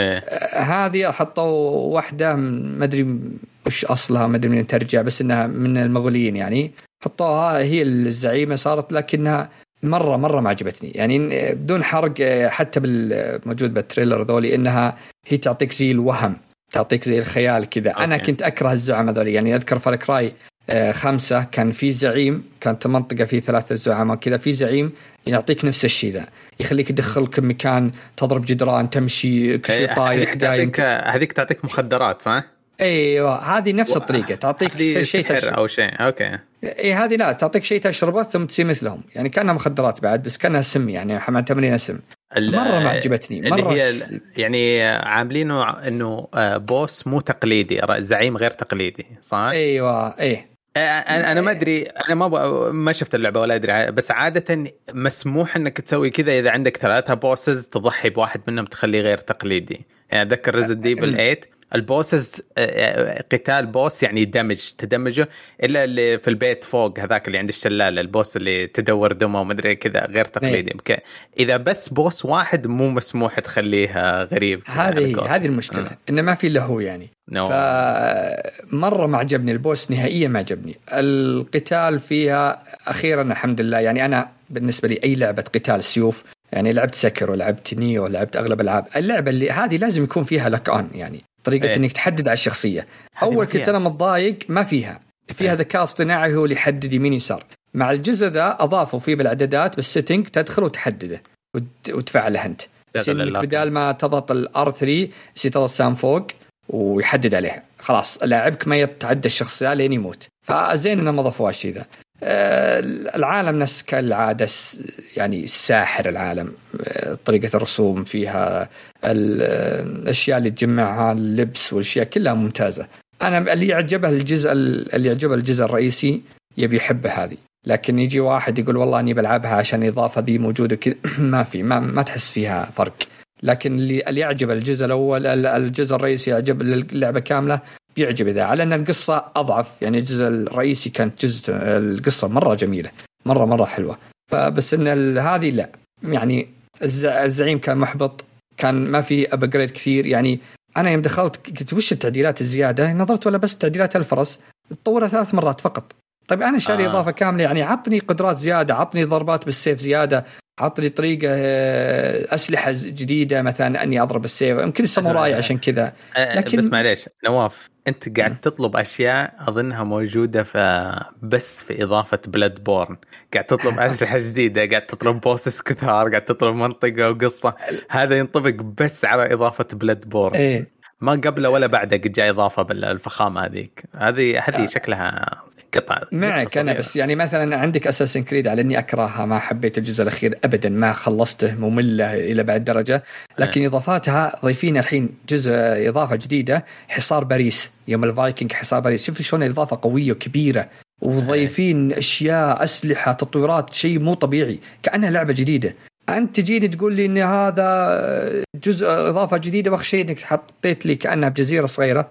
هذه حطوا واحدة ما أدري وش أصلها، ما أدري من ترجع، بس إنها من المغوليين يعني، حطوها هي الزعيمة صارت، لكنها مرة ما عجبتني يعني، بدون حرق. حتى موجود بالتريلر ذولي إنها هي تعطيك زي الوهم، تعطيك زي الخيال كذا. أنا كنت أكره الزعماء ذولي يعني. أذكر فار كراي 5 كان في زعيم، كانت منطقة فيه 3 زعماء كذا، في زعيم يعطيك نفس الشيء ذا، يخليك تدخلك مكان، تضرب جدران، تمشي كشي طايح دايم. هذيك تعطيك مخدرات صح؟ ايوه هذه نفس الطريقة، تعطيك شيء أو شيء. اوكي هذه لا، تعطيك شيء تشربه ثم تصير مثلهم يعني، كانها مخدرات بعد، بس كانها سم يعني، حمام تمرين سم. مرة ما عجبتني مرة يعني عاملينه انه بوس مو تقليدي، زعيم غير تقليدي صح؟ ايوه انا ما ادري، انا ما شفت اللعبه ولا ادري، بس عاده مسموح انك تسوي كذا اذا عندك 3 بوسز تضحي بواحد منهم تخليه غير تقليدي يعني. اتذكر ريزيدنت ايفل 8 البوسز قتال بوس يعني تدمجه، الا اللي في البيت فوق هذاك اللي عند الشلال، البوس اللي تدور دمه وما ادري كذا غير تقليدي. اذا بس بوس واحد مو مسموح تخليه غريب. هذه المشكله انه ما في له يعني. فمره ما عجبني البوس نهائيا، ما عجبني القتال فيها. اخيرا الحمد لله يعني، انا بالنسبه لي اي لعبه قتال سيوف يعني، لعبت سكر ولعبت نيو ولعبت اغلب العاب اللعبه اللي هذه لازم يكون فيها لك اون يعني، طريقة إنك تحدد على الشخصية. أول كنت أنا متضايق ما فيها ذكاء اصطناعي هو اللي يحدد يمين يسار. مع الجزء ذا أضافوا فيه بالإعدادات بالسيتنج، تدخل وتحدده وتفعله أنت، إنك بدال ما تضغط الR3 تضغط سام فوق ويحدد عليها، خلاص لاعبك ما يتعدى الشخصية لين يموت. فزين إنه ما ضافوا هالشيء ذا. العالم نفس كالعادة يعني الساحر، العالم طريقة الرسوم فيها، الأشياء اللي تجمعها، اللبس والأشياء كلها ممتازة. أنا اللي يعجبه الجزء الرئيسي يبي يحبه هذه، لكن يجي واحد يقول والله أني بلعبها عشان إضافة دي موجودة كذا ما تحس فيها فرق. لكن اللي يعجب الجزء الأول، الجزء الرئيسي يعجب اللعبة كاملة بيعجب ذا، على أن القصة أضعف يعني. الجزء الرئيسي كانت القصة مرة جميلة، مرة حلوة. فبس إن هذه لا يعني، الزعيم كان محبط، كان ما في أبجريد كثير يعني. أنا يوم دخلت قلت وش التعديلات الزيادة، نظرت ولا بس تعديلات الفرس تطورها 3 مرات فقط. طيب أنا شاري إضافة كاملة يعني، عطني قدرات زيادة، عطني ضربات بالسيف زيادة، عطني طريقة أسلحة جديدة مثلا أني أضرب السيف، يمكن الساموراي عشان كذا. لكن بس معليش نواف، أنت قاعد تطلب أشياء أظنها موجودة بس في إضافة بلاد بورن، قاعد تطلب أسلحة جديدة، قاعد تطلب بوسس كثار، قاعد تطلب منطقة وقصة. هذا ينطبق بس على إضافة بلاد بورن. ما قبله ولا بعده قد جاء اضافه بالفخامه هذه شكلها قطع معك انا. بس يعني مثلا عندك اساسن كريد، على اني اكرهها، ما حبيت الجزء الاخير ابدا، ما خلصته، ممله الى بعد درجه. لكن اضافاتها ضيفين الحين جزء اضافه جديده، حصار باريس، يوم الفايكنج حصار باريس. شوف شلون الاضافه قويه وكبيره، وضيفين اشياء، اسلحه، تطويرات، شيء مو طبيعي، كانها لعبه جديده. انت تجيني تقول لي ان هذا جزء اضافه جديده، واخشى انك حطيت لي كانها بجزيره صغيره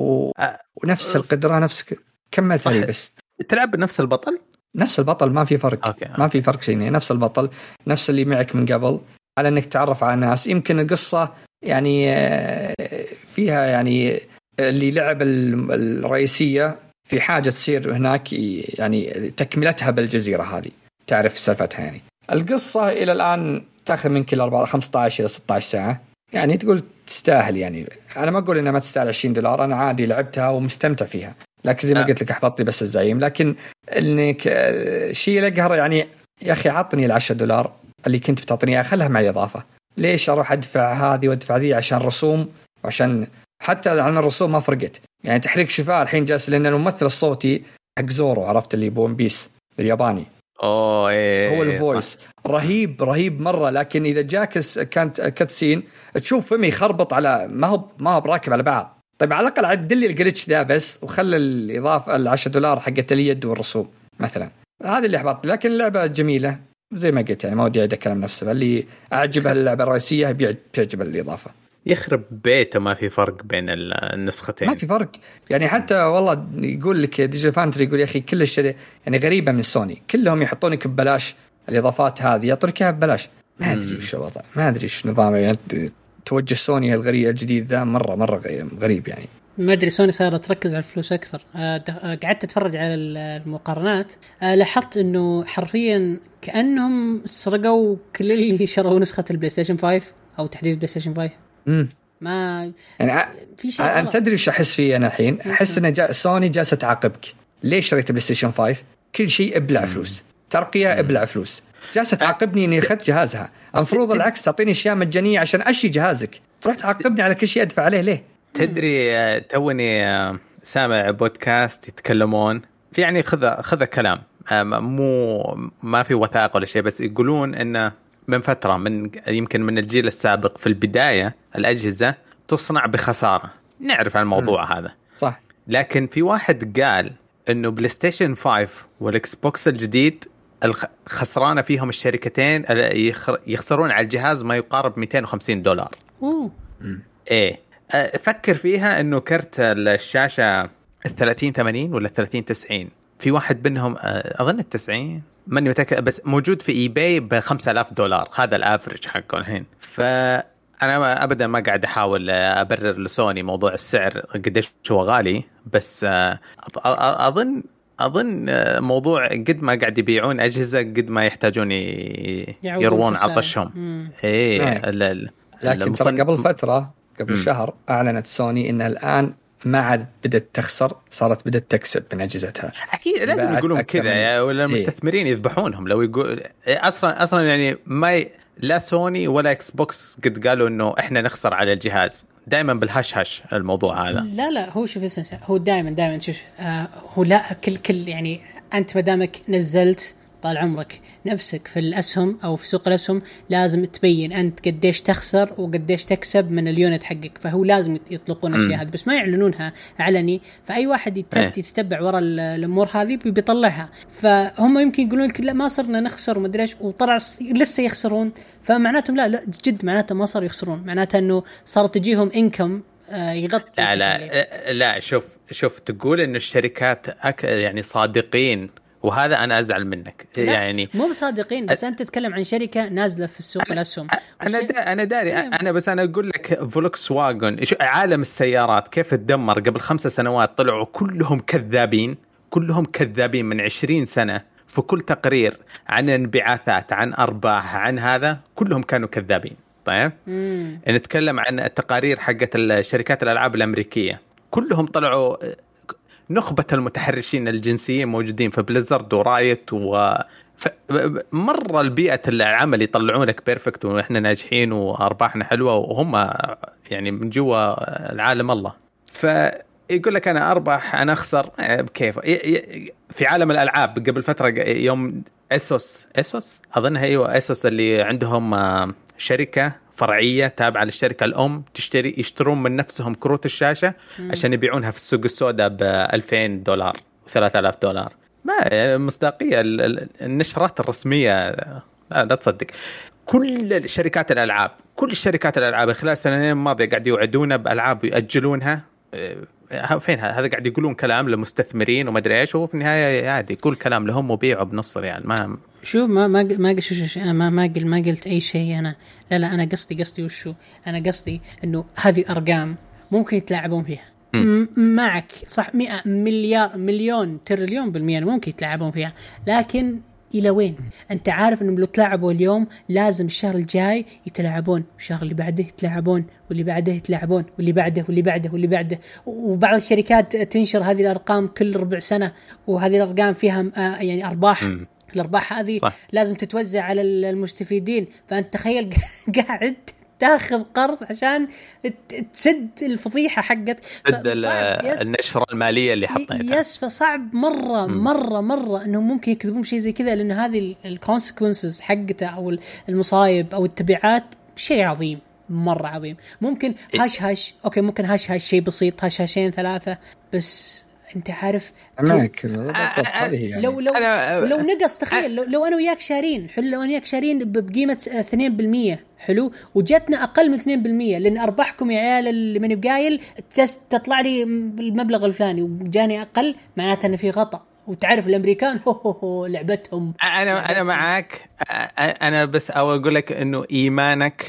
ونفس القدره، نفسك كملت لي. بس تلعب بنفس البطل، ما في فرق. ما في فرق شيء، نفس البطل، نفس اللي معك من قبل، على انك تعرف على الناس. يمكن القصه يعني فيها يعني اللي لعب الرئيسيه في حاجه تصير هناك، يعني تكملتها بالجزيره هذه، تعرف سالفتها. يعني القصة إلى الآن تأخذ من كل 15 إلى 16 ساعة، يعني تقول تستاهل. يعني أنا ما أقول إنها ما تستاهل $20، أنا عادي لعبتها ومستمتع فيها، لكن زي ما قلت لك أحبطني بس الزعيم. لكن إنك شيء لقهر، يعني يا أخي عطني $10 اللي كنت بتعطيني، خلها معي إضافة. ليش أروح أدفع هذه وأدفع ذي عشان رسوم؟ وعشان حتى عن الرسوم ما فرقت. يعني تحريك شفاء الحين جالس، لأن الممثل الصوتي حق زورو، عرفت، اللي بون بيس الياباني، إيه هو الفويس رهيب مرة. لكن إذا جاك كانت كاتسين تشوف فمي يخربط على ما هو براكب على بعض. طيب على الأقل عدل لي الجليتش ذا بس، وخلي الإضافة $10 حقت اليد والرسوم مثلا. هذا اللي أحبط. لكن اللعبة جميلة زي ما قلت، يعني ما ودي أعيد الكلام نفسه. اللي أعجبها اللعبة الرئيسية بيعجب الإضافة. يخرب بيته ما في فرق بين النسختين، ما في فرق. يعني حتى والله يقول لك ديجيتال فانتري، يقول يا أخي كل الشيء يعني غريبة من سوني، كلهم يحطونك ببلاش الإضافات هذه، يعطونك إياها ببلاش. ما أدري وش الوضع، ما أدري إيش نظام يعني توجه سوني الغريب الجديد ذا، مرة غريب. يعني ما أدري، سوني صارت تركز على الفلوس أكثر. قعدت أتفرج على المقارنات، لاحظت إنه حرفيا كأنهم سرقوا كل اللي شروا نسخة البلاي ستيشن 5 أو تحديد البلاي ستيشن 5. ما يعني في شيء أنت تدري وش أحس فيه أنا الحين؟ أحس إن سوني جالسة تعاقبك. ليش شريت بلاي ستيشن 5؟ كل شيء ابلع فلوس، ترقية ابلع فلوس. جالسة تعاقبني إني أخذت جهازها. المفروض العكس، تعطيني أشياء مجانية عشان أشي جهازك، تروح تعاقبني على كل شيء أدفع عليه ليه؟ تدري توني سامع بودكاست يتكلمون في، يعني خذ كلام ما في وثائق ولا شيء، بس يقولون إنه من فترة، يمكن من الجيل السابق، في البداية الأجهزة تصنع بخسارة. نعرف عن الموضوع هذا صح. لكن في واحد قال إنه بلاي ستيشن 5 والإكس بوكس الجديد الخسرانة فيهم الشركتين يخسرون على الجهاز ما يقارب $250. إيه، فكر فيها إنه كرت الشاشة 3080 ولا 3090، في واحد منهم أظن 90 ماني متأكد، بس موجود في ايباي $5000. هذا الافرج حقه الحين. فانا ابدا ما قاعد احاول ابرر لسوني موضوع السعر قديش هو غالي، بس اظن موضوع قد ما قاعد يبيعون اجهزه قد ما يحتاجون يروون عطشهم. ايه لكن ترى قبل شهر اعلنت سوني انها الان ما عاد بدأت تخسر، صارت بدأت تكسب من أجهزتها. أكيد لازم يقولون كذا، ولا المستثمرين يذبحونهم لو يقول أصلا يعني ما لا سوني ولا إكس بوكس قد قالوا إنه إحنا نخسر على الجهاز. دائما بالهش الموضوع هذا. لا هو شوف هو دائما شوف هو لا كل يعني أنت مدامك نزلت طال عمرك نفسك في الأسهم أو في سوق الأسهم، لازم تبين أنت قديش تخسر وقديش تكسب من اليونت حقك. فهو لازم يطلقون أشياء هذه، بس ما يعلنونها علني. فأي واحد يتتبع وراء الأمور هذه بيطلعها. فهم يمكن يقولون لك لا ما صرنا نخسر وما أدري إيش، وطلع لسه يخسرون. فمعناتهم لا جد معناته ما صار يخسرون، معناته إنه صار تجيهم إنكم يغطي. لا شوف تقول إنه الشركات يعني صادقين، وهذا أنا أزعل منك. يعني مو بصادقين، بس أنت تتكلم عن شركة نازلة في السوق الأسهم. أنا داري بس أنا أقول لك فولكس واغن، عالم السيارات كيف تدمر قبل 5 سنوات. طلعوا كلهم كذابين من 20 سنة في كل تقرير عن انبعاثات، عن أرباح، عن هذا كلهم كانوا كذابين. طيب نتكلم عن التقارير حقت الشركات الألعاب الأمريكية، كلهم طلعوا نخبة المتحرشين الجنسيين موجودين في بليزرد ورايت مرة البيئة العمل يطلعون لك بيرفكت وإحنا ناجحين وأرباحنا حلوة وهم يعني من جوا العالم الله. فيقول لك أنا أربح أنا أخسر كيف. في عالم الألعاب قبل فترة يوم أسوس أظنها أيوة أسوس اللي عندهم شركة فرعية تابعة للشركة الأم يشترون من نفسهم كروت الشاشة عشان يبيعونها في السوق السوداء $2,000 $3,000. ما مصداقية النشرات الرسمية لا تصدق. كل الشركات الألعاب خلال السنين الماضية قاعد يوعدونا بألعاب ويأجلونها. فين هذا قاعد يقولون كلام لمستثمرين وما ادري ايش، وفي النهايه عادي كل كلام لهم وبيعوا بنص ريال. ما شو ما قلت اي شيء انا. لا انا قصدي وشو انا قصدي انه هذه ارقام ممكن يتلاعبون فيها. معك صح 100 مليار مليون تريليون بالمية ممكن يتلاعبون فيها، لكن إلى وين؟ أنت عارف إنهم لو تلعبوا اليوم لازم الشهر الجاي يتلاعبون، الشهر اللي بعده يتلاعبون، واللي بعده يتلاعبون، واللي بعده. وبعض الشركات تنشر هذه الأرقام كل ربع سنة، وهذه الأرقام فيها يعني أرباح. الأرباح هذه صح. لازم تتوزع على المستفيدين. فأنت تخيل قاعد تاخذ قرض عشان تسد الفضيحة حقت النشرة المالية اللي حطيتها. فصعب مرة أنهم ممكن يكذبون شيء زي كذا، لأن هذه الكونسيكونسز حقته أو المصايب أو التبعات شيء عظيم، مرة عظيم. ممكن هاش أوكي، ممكن هاش شيء بسيط، هاشين 3 بس. انت عارف يعني. لو نقص تخيل لو انا وياك شارين لو انا وياك شارين بقيمه 2% حلو، وجتنا اقل من 2% لان ارباحكم يا عيال اللي ماني بقايل تطلع لي المبلغ الفلاني وجاني اقل، معناته ان في غلط. وتعرف الامريكان لعبتهم. انا معاك. انا بس اقول لك انه ايمانك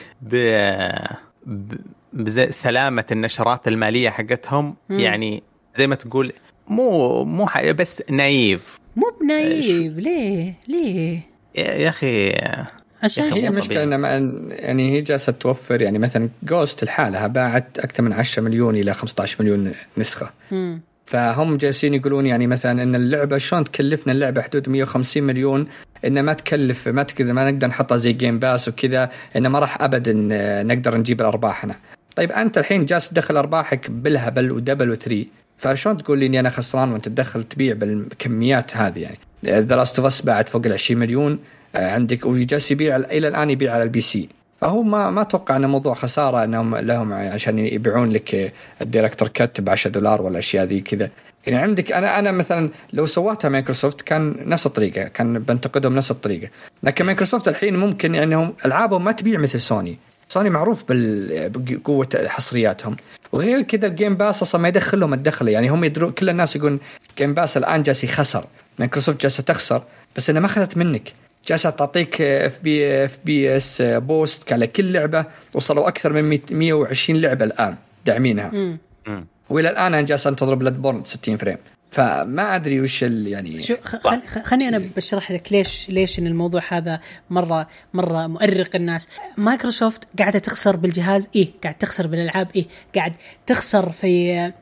بسلامه النشرات الماليه حقتهم يعني زي ما تقول مو بس نايف. مو بنايف. ليه يا اخي عشان هي مشكلة يعني هي جالسة توفر. يعني مثلا جوست الحالة باعت أكثر من 10 مليون إلى 15 مليون نسخة. فهم جالسين يقولون يعني مثلا إن اللعبة شلون تكلفنا اللعبة حدود 150 مليون، إن ما تكلف ما نقدر نحطها زي جيم باس وكذا، إن ما راح أبدا نقدر نجيب الأرباحنا. طيب أنت الحين جالس تدخل أرباحك بالهبل ودبل وثري، فشون تقول لي إني أنا خسران وأنت تدخل تبيع بالكميات هذه؟ يعني The Last of Us باعت فوق 20 مليون عندك، وجالس يبيع إلى الآن يبيع على البي سي. فهو ما أتوقع أنه موضوع خسارة أنهم لهم عشان يبيعون لك الديركتور كت $10 ولا أشياء ذي كذا. يعني عندك أنا مثلا لو سواتها مايكروسوفت كان نفس الطريقة، كان بنتقدهم نفس الطريقة. لكن مايكروسوفت الحين ممكن يعني ألعابهم ما تبيع مثل سوني معروف بقوة حصرياتهم. وغير كذا الجيم باس أصلا ما يدخلهم الدخل. يعني هم يدرون، كل الناس يقولون جيم باس الآن جالس يخسر، مايكروسوفت جالسة تخسر، بس إنها ما أخذت منك، جالسة تعطيك FPS بوست على كل لعبة. وصلوا أكثر من 120 لعبة الآن داعمينها. وإلى الآن أنا جالس أنتظر بلادبورن 60 فريم. فما أدري وش يعني شو خلني أنا بشرح لك ليش إن الموضوع هذا مرة مؤرق الناس. مايكروسوفت قاعدة تخسر بالجهاز، قاعد تخسر بالألعاب، قاعد تخسر في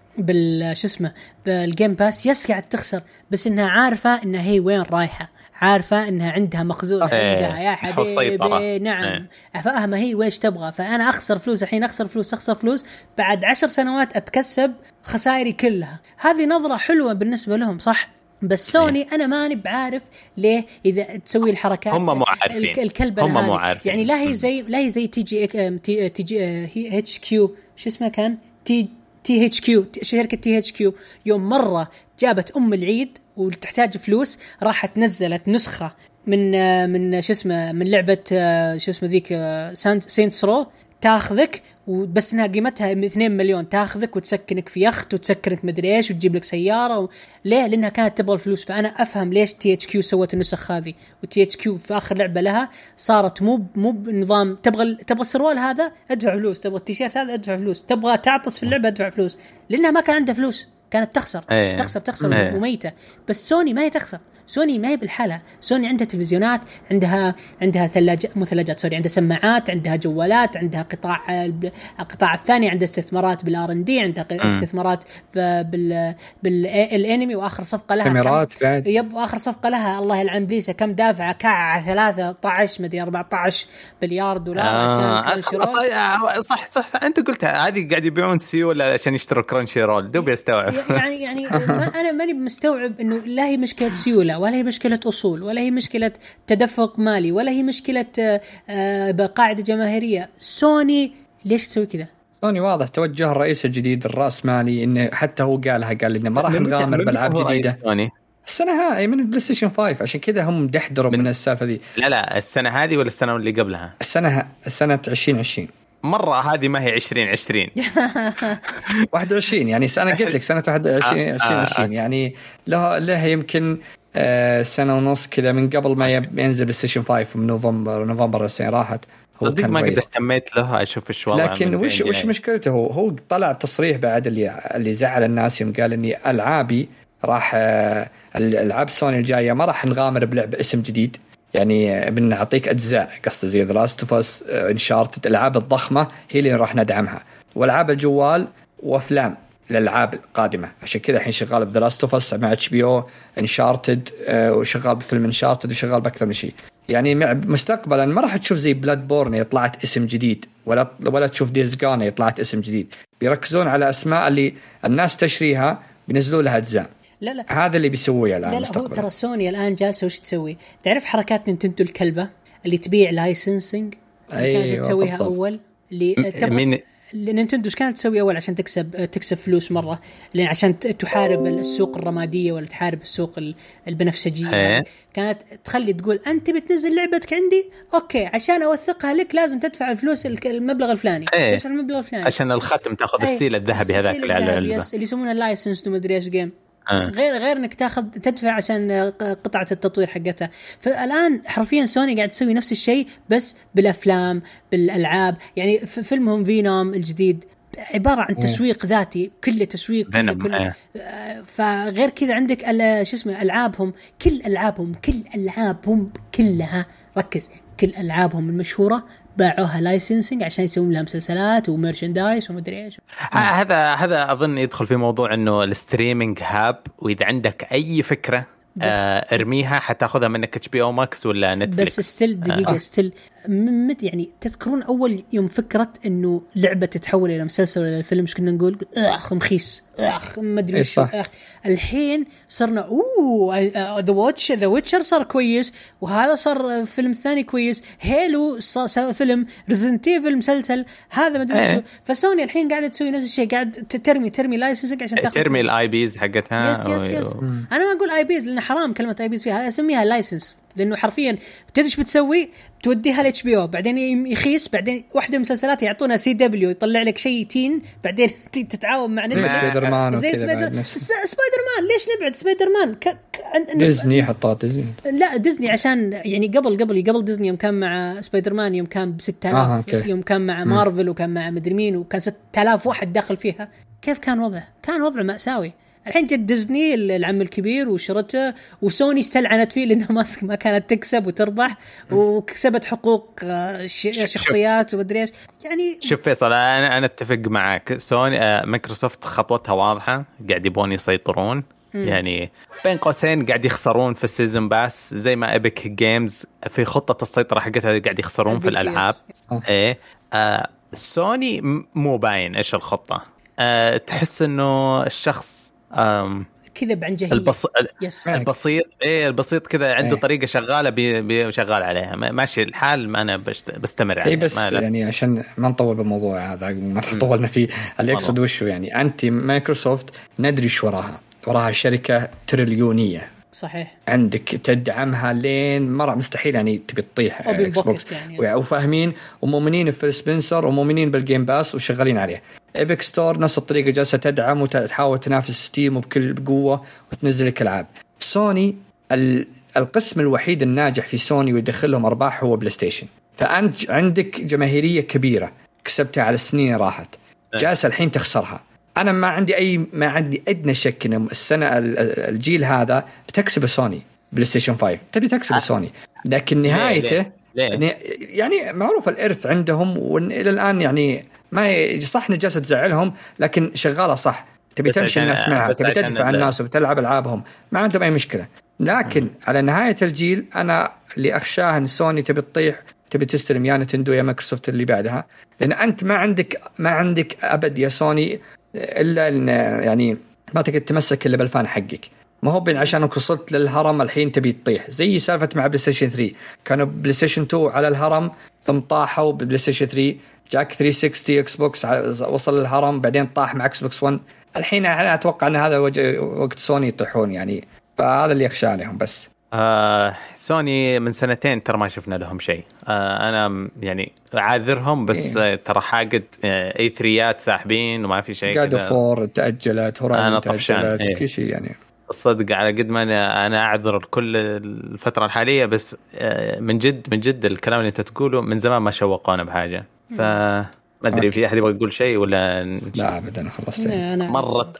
بالجيم باس، قاعد تخسر، بس إنها عارفة إنها هي وين رايحة، عارفة إنها عندها مخزون عندها يا حبيبي. نعم فاهمة هي ويش تبغى. فأنا أخسر فلوس الحين، أخسر فلوس بعد 10 سنوات أتكسب خسائري كلها. هذه نظرة حلوة بالنسبة لهم صح، بس سوني أنا ماني بعارف ليه إذا تسوي الحركات. هم مو عارفين، الكلبة هم مو عارفين. يعني لا هي زي تي جي اتش كيو، شو اسمها كان تي اتش كيو، شركة تي اتش كيو يوم مرة جابت العيد وتحتاج فلوس، راحت نزلت نسخة من من لعبة ذيك سينتس رو، تاخذك وبس انها قيمتها 2 مليون، تاخذك وتسكنك في يخت وتسكنك مدري ايش وتجيب لك سيارة ليه؟ لانها كانت تبغى الفلوس. فانا افهم ليش تي اتش كيو سوت النسخ هذه. وتي اتش كيو في اخر لعبة لها صارت مو بنظام تبغى السروال هذا ادفع فلوس، تبغى التيشيرت هذا ادفع فلوس، تبغى تعطس في اللعبة ادفع فلوس، لانها ما كان عندها فلوس، كانت تخسر. تخسر مميتة. بس سوني ما هي تخسر، سوني ما هي بالحالة. سوني عندها تلفزيونات، عندها ثلاجات سوري، عندها سماعات، عندها جوالات، عندها القطاع الثاني، عندها استثمارات بالR&D، عندها استثمارات بالانمي، واخر صفقة لها كاميرات واخر صفقة لها الله يلعن بليسة كم دافعة 13 مدري 14 مليار دولار عشان صح انت قلت هذه قاعد يبيعون سيوله عشان يشتروا كرانشي رول. دوب يستوعب يعني انا ماني مستوعب انه لا هي مشكله سيوله، ولا هي مشكله اصول، ولا هي مشكله تدفق مالي، ولا هي مشكله قاعده جماهيريه. سوني ليش تسوي كذا؟ سوني واضح توجه الرئيس الجديد الراس مالي، انه حتى هو قال انه ما راح نغامر بالعاب جديده السنه هاي من البلاي ستيشن 5، عشان كذا هم دحدروا من السالفه دي. لا السنه هذه ولا السنه اللي قبلها؟ السنه 2020 مرة هذه ما هي 2020 21 يعني أنا قلت لك سنة 2020 يعني لها يمكن سنة ونص كذا من قبل ما ينزل بالستيشن 5 من نوفمبر السنة راحت. هو كان ما قد اهتميت له أشوف إيش وضعه. لكن وش مشكلته؟ هو طلع تصريح بعد اللي زعل الناس يوم قال إني ألعابي راح الألعاب سوني الجاية ما راح نغامر بلعب اسم جديد، يعني بنعطيك أجزاء قصة زي The Last of Us Uncharted، الألعاب الضخمة هي اللي راح ندعمها، والألعاب الجوال وأفلام الألعاب القادمة. عشان كذا الحين شغال ب The Last of Us مع HBO Uncharted، وشغال بفيلم Uncharted، وشغال بأكثر من شيء. يعني مستقبلا ما راح تشوف زي Bloodborne يطلعت اسم جديد، ولا تشوف Days Gone يطلعت اسم جديد. بيركزون على أسماء اللي الناس تشتريها بينزلوا لها أجزاء. لا هذا اللي بيسويه الآن. لا هو ترى سوني الآن جالسة وش تسوي؟ تعرف حركات نينتندو الكلبة اللي تبيع لايسنسنج اللي كانت تسويها أول، اللي نينتندو كانت تسوي أول عشان تكسب فلوس مرة، لأن عشان تحارب السوق الرمادية ولا تحارب السوق البنفسجية. كانت تخلي تقول أنت بتنزل لعبتك عندي، أوكي عشان أوثقها لك لازم تدفع الفلوس المبلغ الفلاني، تدفع المبلغ الفلاني عشان الختم تاخذ السيل الذهبي هذاك اللي يسمونه اللايسنس ومدري إيش جيم. غير انك تدفع عشان قطعة التطوير حقتها. فالآن حرفيا سوني قاعد تسوي نفس الشيء بس بالأفلام بالألعاب. يعني فيلمهم فينوم الجديد عبارة عن تسويق ذاتي، كله تسويق فغير كذا عندك شو اسمه ألعابهم، كل ألعابهم كلها ركز، كل ألعابهم المشهورة باعوها لايسنسنج عشان يسوون لها مسلسلات وميرشندايز ومدري ايش. هذا اظن يدخل في موضوع انه الستريمينج هاب، واذا عندك اي فكره ارميها حتاخذها منك HBO Max ولا نتفليكس. بس ستيل دقيقه ستيل يعني تذكرون اول يوم فكره انه لعبه تتحول الى مسلسل ولا فيلم مش كنا نقول مخيس ما ادري ايش. الحين صرنا ذا ويتشر صار كويس، وهذا صار فيلم ثاني كويس، هيلو صار فيلم، ريزيدنت ايفل مسلسل، هذا ما ادري شو. فسوني الحين قاعده تسوي نفس الشيء، قاعد ترمي لايسنسك عشان تاخذ ترمي الاي بيز حقتها. يس انا ما اقول اي بيز لان حرام كلمه اي بيز فيها، اسميها لايسنس، لانه حرفيا تدش بتسوي توديها ل HBO، بعدين يخيس، بعدين واحدة من المسلسلات يعطونا CW يطلع لك شيء تين، بعدين تتعاون مع سبايدر مان زي سبايدر مان. ليش نبعد سبايدر مان؟ ديزني حطات ديزني. لا ديزني عشان يعني قبل ديزني يوم كان مع سبايدر مان، يوم كان ب6000 يوم كان مع مارفل وكان مع مدري مين وكان 6000 واحد داخل فيها. كيف كان وضعه؟ كان وضع مأساوي. الحين جت ديزني العم الكبير وشرته، وسوني استلعنت فيه لأنها ما كانت تكسب وتربح، وكسبت حقوق شخصيات ومدري ايش. يعني شوف فيصل، انا اتفق معك. سوني مايكروسوفت خطوتها واضحة، قاعد يبون يسيطرون. يعني بين قوسين قاعد يخسرون في السيزون باس، زي ما ايبك جيمز في خطة السيطرة حقتها قاعد يخسرون في الألعاب. سوني مو باين ايش الخطة. تحس انه الشخص كذا بعنجهية البسيط البسيط كذا عنده طريقة شغالة بيشغال عليها، ماشي الحال. ما أنا بستمر عليها بس يعني عشان ما نطول بالموضوع هذا، ما طولنا فيه. اللي يقصد وشو يعني أنت مايكروسوفت ندري شو وراها شركة تريليونية، صحيح، عندك تدعمها لين مرة مستحيل يعني تبي تطيح اكس بوكس يعني. وفاهمين ومؤمنين في سبنسر ومؤمنين بالجيم باس وشغالين عليه. ايبك ستور نفس الطريقة جالسة تدعم وتحاول تنافس ستيم وبكل قوة وتنزل لك ألعاب. سوني القسم الوحيد الناجح في سوني ويدخلهم أرباح هو بلاي ستيشن. فأنت عندك جماهيرية كبيرة كسبتها على السنين راحت، جالسة الحين تخسرها. أنا ما عندي أدنى شك إن السنة الجيل هذا بتكسب سوني. بلاي ستيشن 5 تبي تكسب سوني، لكن نهايته ليه؟ يعني معروف الإرث عندهم وإلى الآن يعني ما صح نجاسة تزعلهم، لكن شغالة صح، تبي تمشي الناس معها، تبي تدفع الناس وبتلعب ألعابهم، ما عندهم أي مشكلة. لكن على نهاية الجيل أنا اللي أخشاه إن سوني تبي تطيح، تبي تستلم يا نتندو يا مايكروسوفت اللي بعدها، لأن أنت ما عندك أبد يا سوني إلا إن يعني ما تقدر تمسك إلا بالفان حقك. ما هو بين عشانك وصلت للهرم الحين تبي تطيح، زي سالفة مع بلاي ستيشن 3، كانوا بلاي ستيشن 2 على الهرم ثم طاحوا ببلاي ستيشن 3، جاك 360 اكس بوكس وصل للهرم بعدين طاح مع اكس بوكس 1. الحين انا اتوقع ان هذا وقت سوني يطيحون يعني، فهذا اللي يخشى عليهم. بس سوني من سنتين ترى ما شفنا لهم شيء. انا يعني اعذرهم بس ترى حاجد اي 3 ساحبين وما في شيء كذا. فور تاجلت، هورايزن تاجلت، كل شيء يعني. الصدق على قد ما انا اعذر كل الفتره الحاليه، بس من جد الكلام اللي انت تقوله من زمان ما شوقونا بحاجه. ما ادري في احد يبغى يقول شيء ولا لا ابدا خلصت مره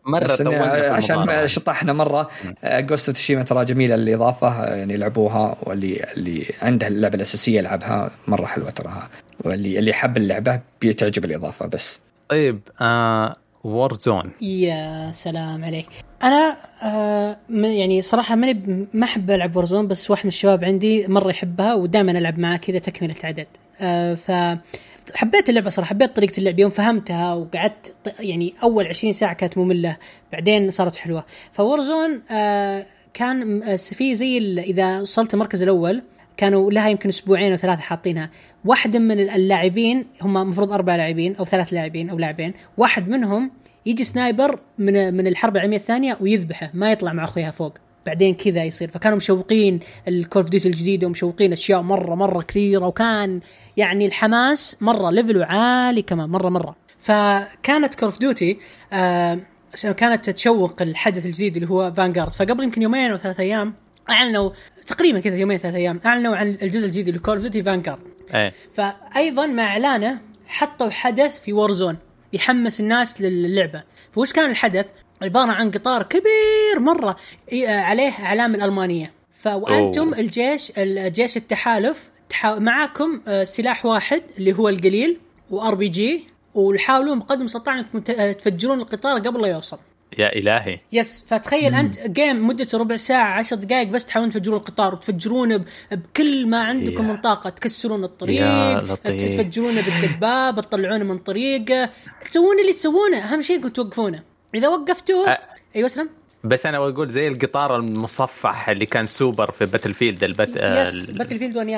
عشان شطحنا مره. جوست اوف تشيما ترى جميله الاضافه يعني لعبوها، واللي عنده اللعبه الاساسيه يلعبها مره حلوه تراها، واللي يحب اللعبه بيتعجب الاضافه. بس طيب وورزون يا سلام عليك. انا يعني صراحه ما احب العب وورزون، بس واحد من الشباب عندي مره يحبها ودائما العب معاه كذا تكمله عدد. فحبيت اللعبه صراحه، حبيت طريقه اللعب. يوم فهمتها وقعدت يعني اول 20 ساعه كانت ممله، بعدين صارت حلوه. فورزون كان في زي اذا وصلت المركز الاول كانوا لها يمكن اسبوعين او 3 حاطينها. واحد من اللاعبين، هم مفروض 4 لاعبين او 3 لاعبين او لاعبين، واحد منهم يجي سنايبر من الحرب العالميه الثانيه ويذبحه، ما يطلع مع اخويا فوق، بعدين كذا يصير. فكانوا مشوقين الكول اوف ديوتي الجديده ومشوقين اشياء مره كثيره، وكان يعني الحماس مره ليفله عالي كمان مره. فكانت كول اوف ديوتي كانت تتشوق الحدث الجديد اللي هو فانغارد. فقبل يمكن 2 أو 3 أيام اعلنوا، تقريبا كذا 2 أو 3 أيام اعلنوا عن الجزء الجديد اللي كول اوف ديوتي فانغارد. فايضا مع اعلانه حطوا حدث في وورزون يحمس الناس للعبه. فوش كان الحدث؟ عبارة عن قطار كبير مرة عليه أعلام الألمانية. وأنتم الجيش التحالف معكم سلاح واحد اللي هو القليل وRPG، وحاولوا بقدم استطاع أنكم تفجرون القطار قبل لا يوصل. يا إلهي. يس. فتخيل أنت جيم مدة ربع ساعة 10 دقائق بس تحاولون تفجرون القطار، وتفجرون بكل ما عندكم من طاقة، تكسرون الطريق، تفجرونه بالدباب، تطلعونه من طريقه، تسوون اللي تسوونه. أهم شيء أنكم توقفونه. إذا وقفتوه أيوة سلام. بس أنا بقول زي القطار المصفح اللي كان سوبر في باتل فيلد باتل فيلد 1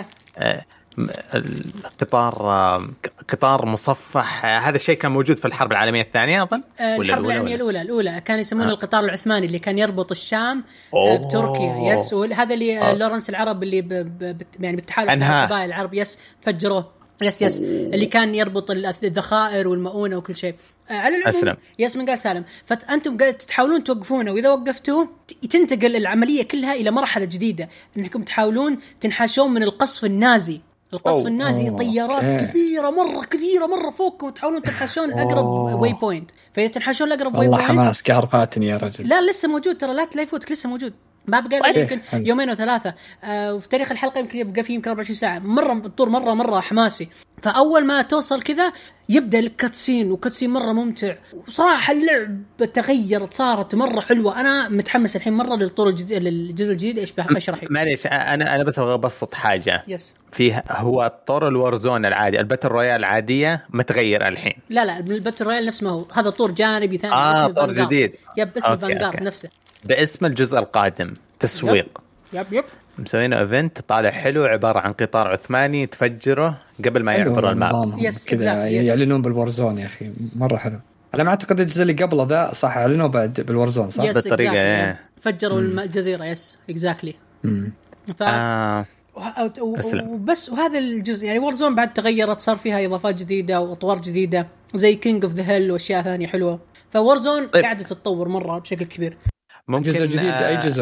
قطار مصفح. هذا الشيء كان موجود في الحرب العالمية الثانية أظن. الحرب العالمية الأولى كان يسمونه القطار العثماني اللي كان يربط الشام بتركيا. يس. وهذا اللي لورنس العرب اللي يعني بالتحالف مع القبائل العرب. يس فجروه. يس اللي كان يربط الذخائر والمؤونة وكل شيء. على العموم يس من قال سالم. فأنتم تحاولون توقفونه، وإذا وقفتوه تنتقل العملية كلها إلى مرحلة جديدة، أنكم تحاولون تنحاشون من القصف النازي. النازي طيارات كبيرة مرة كثيرة مرة فوقكم، وتحاولون تنحاشون أقرب واي بوينت. فإذا تنحاشون أقرب واي بوينت، والله حماس كهرباتني يا رجل. لا لسه موجود ترى، لا يفوتك، لسه موجود. ما بقى يمكن 2 أو 3. وفي تاريخ الحلقة يمكن يبقى فيه يمكن 24 ساعة. الطور مرة حماسي. فأول ما توصل كذا يبدأ الكاتسين، وكاتسين مرة ممتع. وصراحة اللعبة تغيرت، صارت مرة حلوة. أنا متحمس الحين مرة للجزء الجديد. إيش بشرح؟ معليش أنا بس أبغى أبسط حاجة. يس. فيه هو طور الورزون العادي، الباتل رويال العادية متغير الحين. لا الباتل رويال نفس ما هو، هذا طور جانبي ثاني اسمه طور جديد. اسمه فانغارد نفسه، باسم الجزء القادم تسويق. يب مسوينه ايفنت طالع حلو، عبارة عن قطار عثماني تفجره قبل ما يعبر الماء. يس كذا يعلنون بالورزون. يا أخي مرة حلو. أنا ما أعتقد الجزء اللي قبله ذا صح اعلنوا بعد بالورزون صح؟ بالطريقة فجروا الجزيرة. يس اكزاكتلي. وبس. وهذا الجزء يعني وورزون بعد تغيرت، صار فيها إضافات جديدة وأطوار جديدة زي كينج اوف ذا هيل وأشياء ثانية حلوة. فورزون قاعدة تتطور مرة بشكل كبير. ممكن جزء جديد أي جزء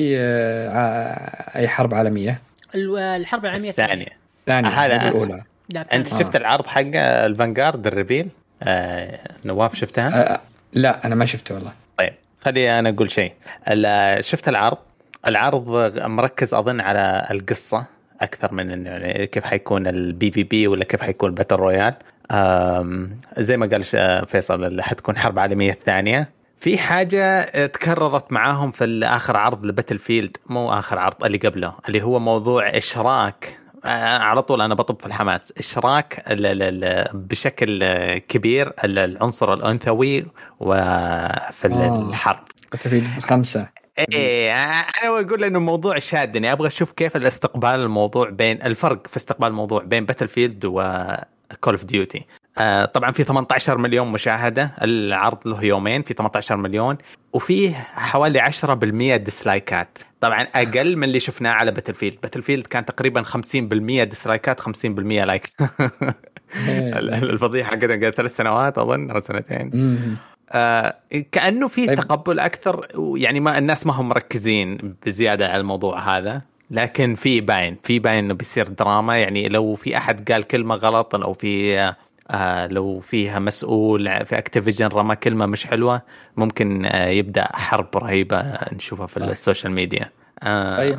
أي حرب عالمية. الحرب العالمية الثانية. هذا الأولى. أنت شفت العرض حق الفانغارد الريبيل؟ نواف شفتها؟ لا أنا ما شفته والله. طيب خلي أنا أقول شيء. شفت العرض العرض مركز اظن على القصه اكثر من يعني كيف حيكون البي في بي ولا كيف حيكون باتل رويال. زي ما قال فيصل اللي حتكون حرب عالميه الثانيه. في حاجه تكررت معاهم في اخر عرض لباتل فيلد، مو اخر عرض اللي قبله، اللي هو موضوع اشراك. على طول انا بطب في الحماس، اشراك بشكل كبير العنصر الانثوي وفي الحرب. باتل 5. ايه انا اقول انه موضوع شادني، ابغى اشوف كيف الاستقبال الموضوع بين الفرق في استقبال الموضوع بين باتل فيلد وكول اوف ديوتي. طبعا في 18 مليون مشاهده، العرض له يومين، في 18 مليون وفيه حوالي 10% ديسلايكات. طبعا اقل من اللي شفناه على باتل فيلد. باتل فيلد كان تقريبا 50% ديسلايكات 50% لايك. الفضيحه كده قبل 3 سنوات اظن او 2 كأنه في تقبل أكثر، يعني ما الناس ما هم مركزين بزيادة على الموضوع هذا، لكن في باين إنه بيصير دراما. يعني لو في أحد قال كلمة غلط، أو في لو فيها مسؤول في أكتيفيجن رمى كلمة مش حلوة، ممكن يبدأ حرب رهيبة نشوفها في السوشيال ميديا. طيب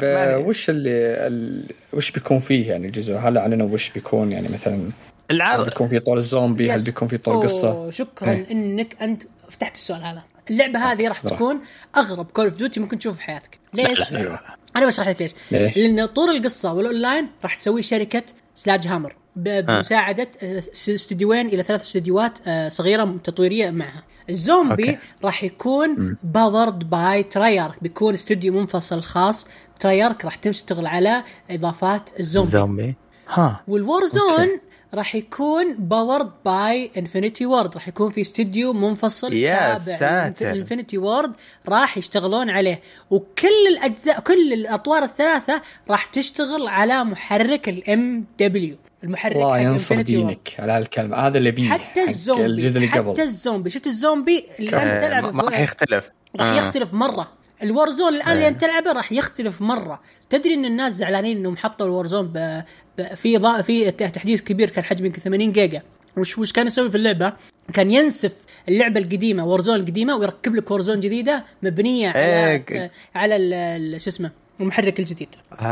وش بيكون فيه يعني الجزء؟ هل أعلنوا وش بيكون يعني مثلا؟ هل بيكون في طور الزومبي؟ هل بيكون في طور قصة؟ شكرا انك انت فتحت السؤال هذا. اللعبة هذه راح تكون اغرب كول اوف ديوتي ممكن تشوفه في حياتك. ليش؟ انا بشرح لك ليش. لان طور القصة والاونلاين راح تسويه شركة سلاج هامر بمساعدة استديوين الى 3 استديوهات صغيرة تطويرية معها. الزومبي راح يكون باورد باي ترايارك، بيكون استوديو منفصل خاص. ترايارك راح تشتغل على اضافات الزومبي. والورزون راح يكون باورد باي انفينيتي وورد، راح يكون في استوديو منفصل تابع انفينيتي وورد راح يشتغلون عليه. وكل الأجزاء كل الأطوار الثلاثة راح تشتغل على محرك الام دبليو، المحرك حق انفينيتي وورد. على هالكلمة هذا اللي بيه حتى الزومبي، حتى الزومبي شفت الزومبي اللي أنت تلعبه ما راح يختلف، راح يختلف مرة. الورزون الآن اللي أنت تلعبه راح يختلف مرة. تدري إن الناس زعلانين إنهم حطوا الورزون في تحديث كبير كان حجمه 80 جيجا. وش كان يسوي في اللعبة؟ كان ينسف اللعبة القديمة ورزون القديمة ويركب لك ورزون جديدة مبنية على شو اسمه المحرك الجديد.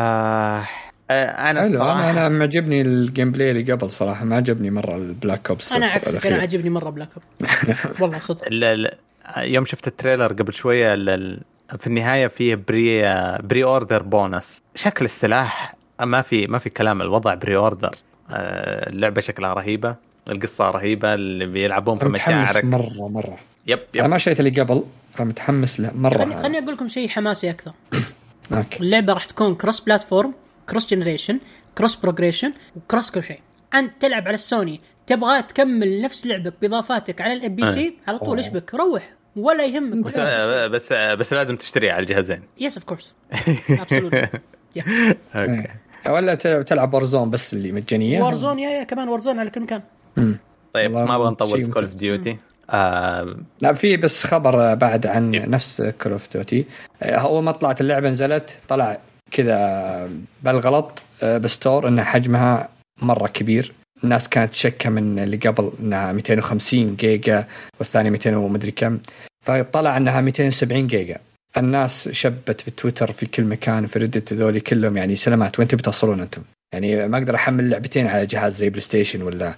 أنا معجبني الجيم بلاي اللي قبل صراحة، ما عجبني مرة البلاك أوبس. أنا عكسك، أنا عجبني مرة بلاك أوبس والله صدق. يوم شفت التريلر قبل شوية في النهاية فيه بري اوردر بونس. شكل السلاح ما في كلام، الوضع بري اوردر. اللعبة شكلها رهيبة، القصة رهيبة، اللي بيلعبون في مشاعرك مرة. يب. أنا ما شايت اللي قبل، فمتحمس له مرة. خلني أقول لكم شيء حماسي أكثر. اللعبة راح تكون كروس بلاتفورم، كروس جنريشن، كروس بروجريشن، وكروس كل شيء. أنت تلعب على السوني، تبغى تكمل نفس لعبك بإضافاتك على البي سي على طول اشبك روح ولا يهمك. بس لازم تشتري على الجهازين. يس اوف كورس ابسولوتلي. اوكي. ولا تلعب وارزون بس اللي مجانيه؟ وارزون يا كمان وارزون على كل مكان. طيب ما ابغى نطول كول اوف ديوتي. لا في بس خبر بعد عن نفس كول اوف ديوتي. هو ما طلعت اللعبه نزلت طلع كذا بالغلط بستور انها حجمها مره كبير. الناس كانت تشكى من اللي قبل انها 250 جيجا والثاني 200 ومدري كم، فطلع انها 270 جيجا. الناس شبت في تويتر في كل مكان في ريدت ذولي كلهم يعني سلامات وين بتصلون انتم؟ يعني ما اقدر احمل لعبتين على جهاز زي بلاي ستيشن ولا.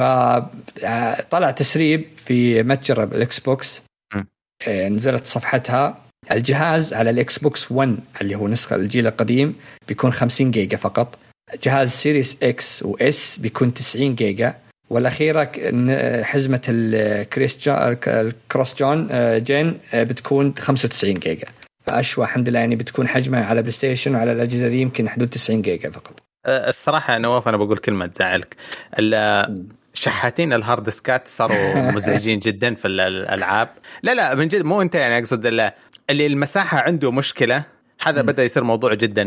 فطلع تسريب في متجر الاكس بوكس، نزلت صفحتها الجهاز على الاكس بوكس 1 اللي هو نسخة الجيل القديم بيكون 50 جيجا فقط، جهاز سيريس اكس واس بيكون 90 جيجا، والاخيره حزمه الكروس جين بتكون 95 جيجا. فاشوى الحمد لله يعني بتكون حجمها على بلاي ستيشن وعلى الاجهزه دي يمكن حدود 90 جيجا فقط. الصراحه نواف انا بقول كلمه تزعلك، شحاتين الهارد ديسكات صاروا مزعجين جدا في الالعاب. لا من جد، مو انت يعني اقصد اللي المساحه عنده مشكله. هذا بدأ يصير موضوع جدا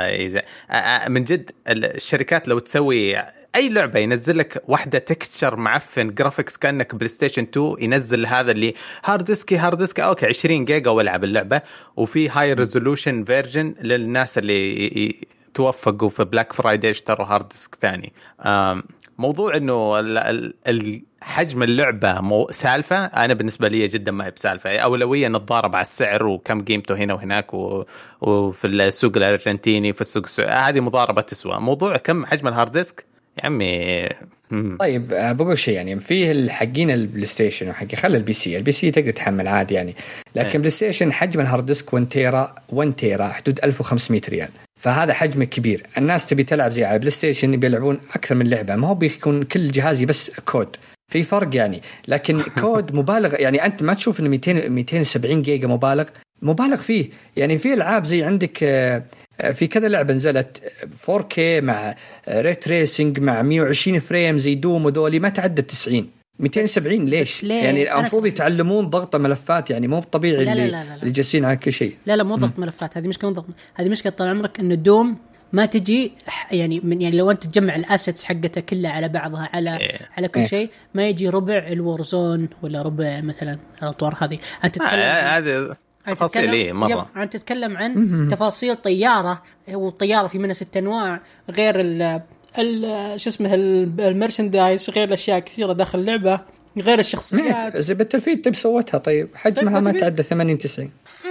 من جد. الشركات لو تسوي أي لعبة ينزل لك واحدة تكستشر معفن جرافيكس كأنك بلاي ستيشن 2، ينزل هذا اللي هارد ديسك أوكي 20 جيجا والعب اللعبة، وفي هاي ريزولوشن فيرجن للناس اللي توفقوا في بلاك فرايداي اشتروا هارد ديسك ثاني. موضوع انه حجم اللعبه سالفه، انا بالنسبه لي جدا ما هي بسالفه. اولويه نتضارب على السعر وكم قيمته هنا وهناك وفي السوق الارجنتيني في السوق هذه مضاربه تسوى. موضوع كم حجم الهارد ديسك يا عمي. طيب بقول شيء يعني فيه الحقين البلاي ستيشن وحقي خلي البي سي تقدر تحمل عادي يعني، لكن بلاي ستيشن حجم الهارد ديسك 1 تيرا حدود 1500 ريال، فهذا حجم كبير. الناس تبي تلعب زي على بلاي ستيشن بيلعبون اكثر من لعبه، ما هو بيكون كل جهازي بس كود، في فرق يعني. لكن كود مبالغ يعني، انت ما تشوف انه 270 جيجا مبالغ فيه يعني. في العاب زي عندك في كذا لعبه نزلت 4K مع ريت ريسنج مع 120 فريم زي دوم وذولي ما تعدى 90. 270 ليش؟ يعني المفروض يتعلمون ضغط ملفات يعني، مو طبيعي اللي جالسين على كل شيء. لا مو ضغط ملفات، هذه مشكله. هذه مشكله طال عمرك انه دوم ما تجي يعني من يعني لو انت تجمع الاسيتس حقتها كلها على بعضها على كل شيء ما يجي ربع الورزون ولا ربع مثلا الاطوار هذه. انت تتكلم هذا تفاصيل مره، انت تتكلم عن تفاصيل طياره، والطياره في منها 6 انواع غير شو اسمه المرشندايز، غير الاشياء كثيره داخل اللعبه، غير الشخصيات. زي باتلفيلد تبي سوتها طيب حجمها ما تعدى 80-90.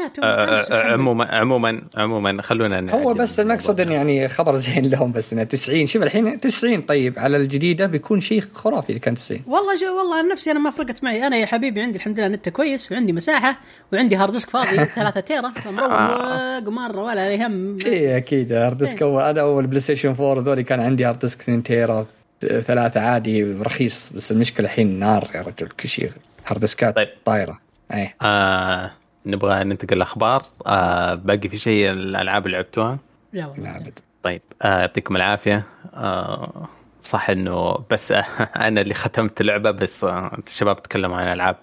عموما خلونا هو بس المقصد إن يعني خبر زين لهم، بس إنه 90 شوف الحين 90 طيب على الجديدة بيكون شيء خرافي إذا كان 90. والله عن نفسي أنا ما فرقت معي. أنا يا حبيبي عندي الحمد لله نت كويس وعندي مساحة وعندي هارد ديسك فاضي 3 تيرا فمروق مرة ولا يهم. أكيد هارد ديسك أنا أول بلاي ستيشن 4 ذولي كان عندي هارد ديسك 2 تيرا 3 عادي رخيص، بس المشكلة الحين نار يا رجل كل شيء هارد ديسكات طايرة. نبغى ننتقل الأخبار. باقي في شيء الألعاب اللي لعبتوها؟ لا والله. طيب يعطيكم العافية. صح إنه بس أنا اللي ختمت اللعبة، بس الشباب تكلموا عن ألعاب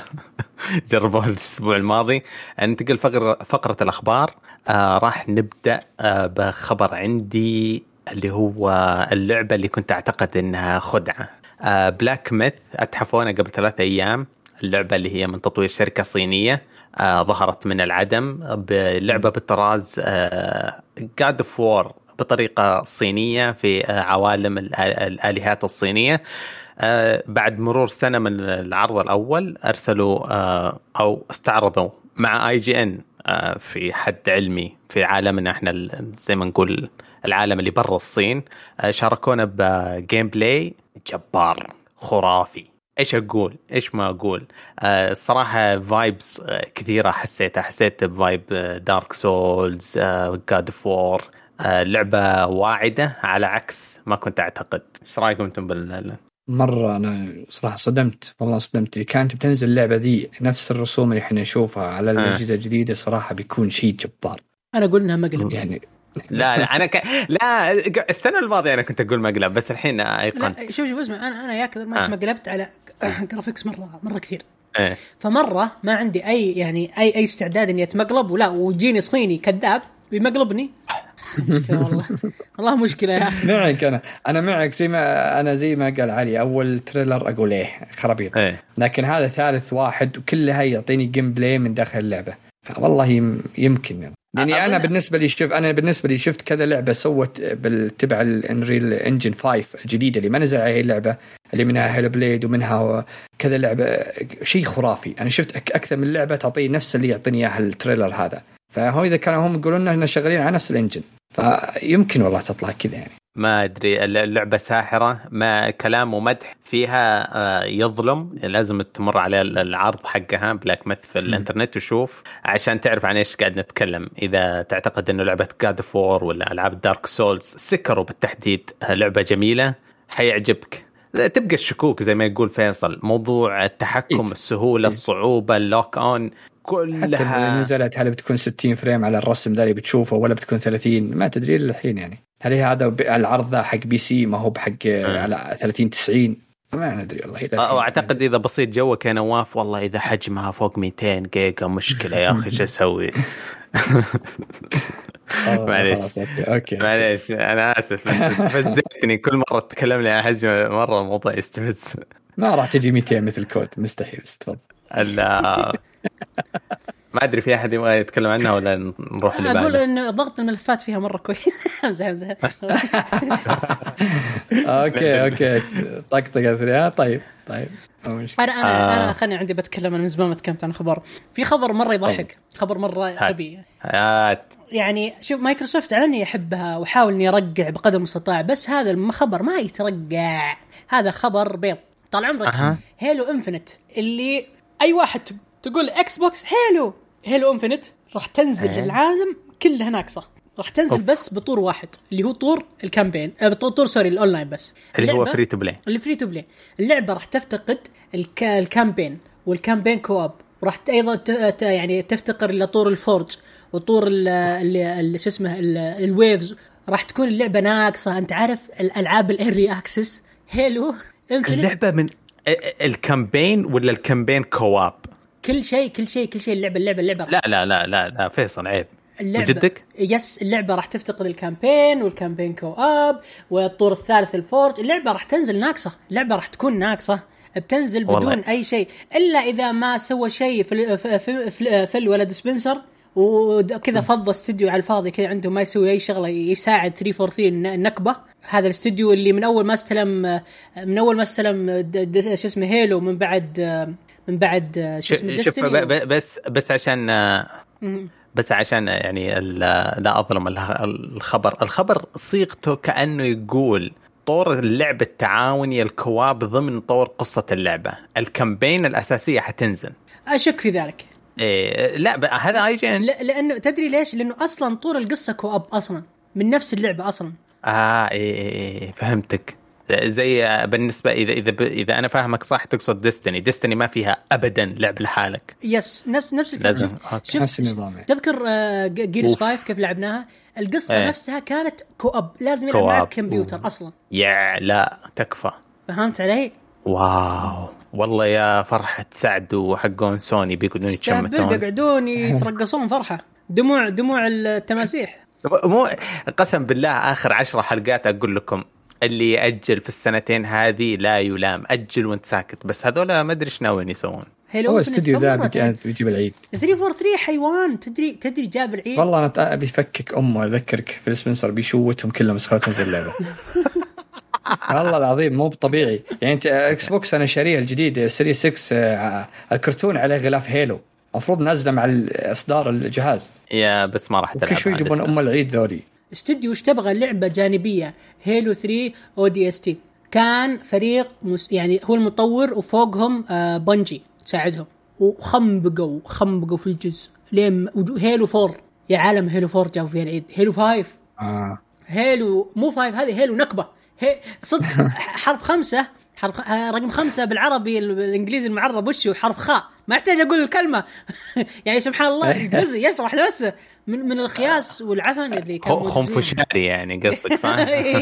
جربوها الأسبوع الماضي. ننتقل فقرة الأخبار. راح نبدأ بخبر عندي اللي هو اللعبة اللي كنت أعتقد إنها خدعة. بلاك ميث أتحفونا قبل 3 أيام. اللعبة اللي هي من تطوير شركة صينية ظهرت من العدم بلعبة بالطراز God of War بطريقة صينية في عوالم الآلهات الصينية. بعد مرور سنة من العرض الأول أرسلوا أو استعرضوا مع IGN في حد علمي في عالمنا احنا زي ما نقول العالم اللي برا الصين. شاركونا بجيم بلاي جبار خرافي. ايش ما اقول. الصراحه فايبس كثيره حسيت بفايب دارك سولز جاد اوف وور. لعبه واعده على عكس ما كنت اعتقد. ايش رايكم انتم مرة أنا صراحة صدمت. كانت بتنزل اللعبة ذي نفس الرسوم اللي احنا نشوفها على الأجهزة الجديدة صراحة بيكون شيء جبار. أنا أقول إنها مقلب يعني. لا لا السنة الماضية أنا كنت أقول مقلب، بس الحين أيقن. شوف اسمع، أنا ياكل ما قلبت على جرافيكس مرة كثير. فمرة ما عندي أي استعداد إني أتمقلب ولا وجيني صيني كذاب ويمقلبني. مشكلة والله مشكلة يا أخي. معك أنا معك زي ما قال علي أول تريلر أقول إيه خرابيط. لكن هذا ثالث واحد وكلها يعطيني جيم بلاي من داخل اللعبة، فوالله يمكن يعني أنا بالنسبة لي شفت كذا لعبة سوت بالتبع الانريل انجن 5 الجديدة اللي ما نزل عليها اللعبة اللي منها هيلو بليد ومنها كذا لعبة شيء خرافي. أنا شفت أكثر من لعبة تعطي نفس اللي يعطيني إياه التريلر هذا، فهو إذا كانوا هم يقولون إننا شغالين على نفس الانجن فيمكن والله تطلع كذا يعني. ما أدري. اللعبة ساحرة، ما كلام ومدح فيها يظلم. لازم تمر على العرض حقها بلاك ميث في الانترنت وشوف عشان تعرف عن إيش قاعد نتكلم. إذا تعتقد إنه لعبة God of War ولا ألعاب دارك سولز سكروا بالتحديد لعبة جميلة حيعجبك. تبقى الشكوك زي ما يقول فيصل، موضوع التحكم السهولة الصعوبة اللوك أون كلها. حتى نزلت هل بتكون 60 فريم على الرسم ذا اللي بتشوفه ولا بتكون 30؟ ما تدري الحين يعني. هل هذا العرض ذا حق بي سي ما هو بحق على 30-90؟ ما ندري والله. واعتقد اذا بسيط جوك يا نواف والله اذا حجمها فوق 200 جيجا مشكلة يا اخي شو اسوي. اوكي معليش انا اسف بس استفزتني كل مرة تتكلم لي عن حجم مرة الموضوع يستفز. ما راح تجي 200 مثل كود مستحيل. تفضل. ما ادري في احد يبغى يتكلم عنها ولا نروح اللي بعده. اقول ان ضغط الملفات فيها مره كويس. امزح. اوكي طقطقه فيها. طيب انا خلني عندي بتكلم. انا من زمان ما تكلمت عن خبر. في خبر مره يضحك، خبر مره غبي يعني. شوف مايكروسوفت علني يحبها وحاول اني ارجع بقدر المستطاع، بس هذا الخبر ما يترجع. هذا خبر بيض طال عمرك. هيلو انفينيت اللي اي واحد تقول اكس بوكس هيلو انفينيت راح تنزل للعالم كلها ناقصه. راح تنزل بس بطور واحد اللي هو طور الكامبين، طور سوري الاونلاين بس اللي هو فري تو بلاي. اللعبه راح تفتقد الكامبين والكامبين كواب. راح ايضا يعني تفتقر الى طور الفورج وطور اللي شو اسمه الويفز. راح تكون اللعبه ناقصه. انت عارف الالعاب الايرلي اكسس هيلو اللعبه من الكامبين ولا الكامبين كواب؟ كل شيء اللعبه لا فيصل عيب جدك. يس اللعبه راح تفتقد الكامبين والكامبين كواب والطور الثالث الفورج. اللعبه راح تنزل ناقصه. اللعبه راح تكون ناقصه بتنزل بدون والله. اي شيء الا اذا ما سوى شيء في الولد سبنسر وكذا فضى استوديو على الفاضي كذا عنده ما يسوي اي شغله يساعد 343 النكبه. هذا الاستوديو اللي من اول ما استلم شو اسمه هيلو من بعد شو اسمه ديستني. بس عشان يعني لا اظلم الخبر صيغته كأنه يقول طور اللعبة التعاوني الكواب ضمن طور قصة اللعبة. الكامبين الأساسية حتنزل. أشك في ذلك. إيه لا هذا IGN. لأنه تدري ليش؟ لأنه أصلا طور القصة كواب أصلا من نفس اللعبة أصلا. إيه فهمتك. زي بالنسبة إذا أنا فاهمك صح تقصد ديستني ما فيها أبدا لعب لحالك. يس نفس الكلام. نفس النظام. تذكر جيرز 5 كيف لعبناها؟ القصة نفسها كانت كواب لازم يلعب معك كمبيوتر أصلا. لا تكفى. فهمت علي؟ واو والله يا فرحة سعد وحقون سوني بيقعدون يتشمتون بيقعدون يترقصون فرحة دموع التماسيح. مو قسم بالله آخر 10 حلقات أقول لكم اللي يأجل في السنتين هذه لا يلام. أجل وانت ساكت. بس هذولا ما أدري إيش ناويين يسوون. هو استوديو ذا بيجيب العيد 343 حيوان. تدري جاب العيد والله. أنا بيفكك أمه أذكرك في السبنسر بيشوتهم كلهم بس خلوا تنزل اللعبة. والله العظيم مو طبيعي. يعني أنت إكس بوكس أنا شاريه الجديد سيري 6 الكرتون عليه غلاف هيلو مفروض نازله مع إصدار الجهاز. يا بس ما راح تلعب. كل شوي يجيبون أم العيد ذولي. استوديو ايش تبغى لعبة جانبية هيلو 3 ODST. كان فريق يعني هو المطور وفوقهم بنجي تساعدهم وخنبقوا في الجزء لين هيلو 4. يا عالم هيلو 4 جاوا فيها العيد. هيلو 5 هيلو مو 5 هذه هيلو نكبة. صدق حرف 5 رقم 5 بالعربي الانجليزي المعرب وشه حرف خاء. ما احتاج اقول الكلمة. يعني سبحان الله الجزء يشرح نفسه من الخياس والعفن اللي كان خنفشاري يعني قصدك صح؟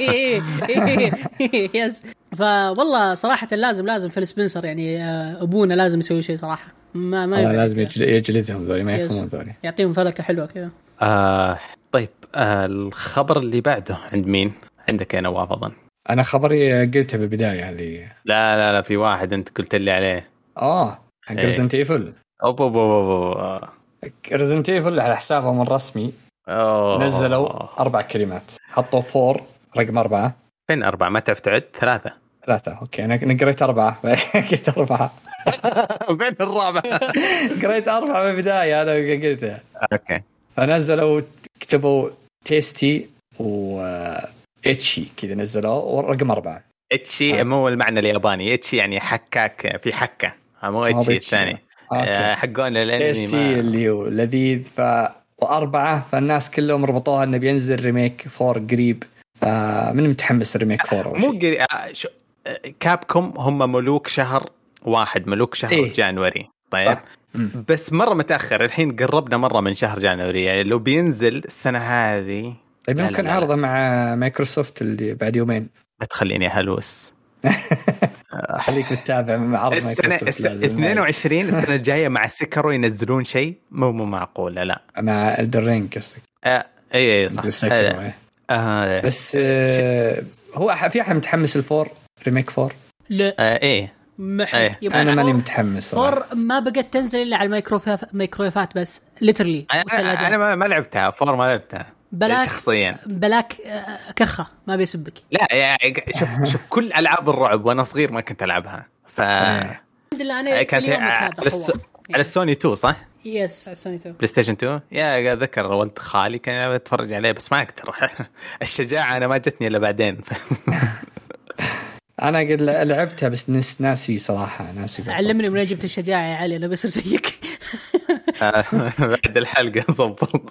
يس. فوالله صراحة لازم في السبنسر يعني أبونا لازم يسوي شيء صراحة. ما لازم يجلدهم ذولي ما يفهمون ذولي. يعطيهم فلكة حلوة كذا. طيب الخبر اللي بعده عند مين؟ عندك يا نواف أظن. أنا خبري قلته بالبداية اللي لا في واحد أنت قلت لي عليه. ريزنت ايفل. ريزنت ايفل على حسابهم الرسمي نزلوا 4 كلمات. حطوا 4 رقم 4. فين 4 ما تعرف تعد 3 اوكي انا قريت 4 قلت 4 فين الرابع؟ قريت 4 من البداية انا قلتها. اوكي فنزلوا كتبوا تيستي و اتشي كذا نزلوا ورقم 4. اتشي مو المعنى الياباني. اتشي يعني حكاك في حكة مو اتشي الثاني حقون الانمي اللي هو لذيذ. و4 فالناس كلهم ربطوها انه بينزل ريميك 4 قريب. من متحمس ريميك 4 مو قريب. كابكوم هم ملوك شهر 1 ملوك شهر جانوري. طيب بس مرة متأخر. الحين قربنا مرة من شهر جانوري. يعني لو بينزل السنة هذه طيب ممكن عرضه مع مايكروسوفت اللي بعد يومين. بتخليني هلوس. خليك متابع مع عرض مايكروسوفت. 22 السنة الجاية مع سكروا ينزلون شيء مو معقول. لا مع الدرين قصدك. اي صح. بس هو في أحد متحمس الفور ريميك 4؟ لا ايه انا ماني متحمس فور ما بقت تنزل الا على الميكرويفات بس ليترلي. انا ما لعبتها فور، ما لعبتها بلاك شخصيا. بلاك كخه ما بيسبك. لا يعني شوف كل العاب الرعب وانا صغير ما كنت العبها. الحمد لله انا كانت على السوني 2 صح؟ يس على السوني 2 بلاي ستيشن 2. يا ذكر ولد خالي كان يتفرج عليه بس ما اقدر. الشجاعه انا ما جتني الا بعدين. انا قد لعبتها بس ناسي صراحه، ناسي. علمني من جبت الشجاعه يا علي، انا بصير زيك. بعد الحلقه صبط.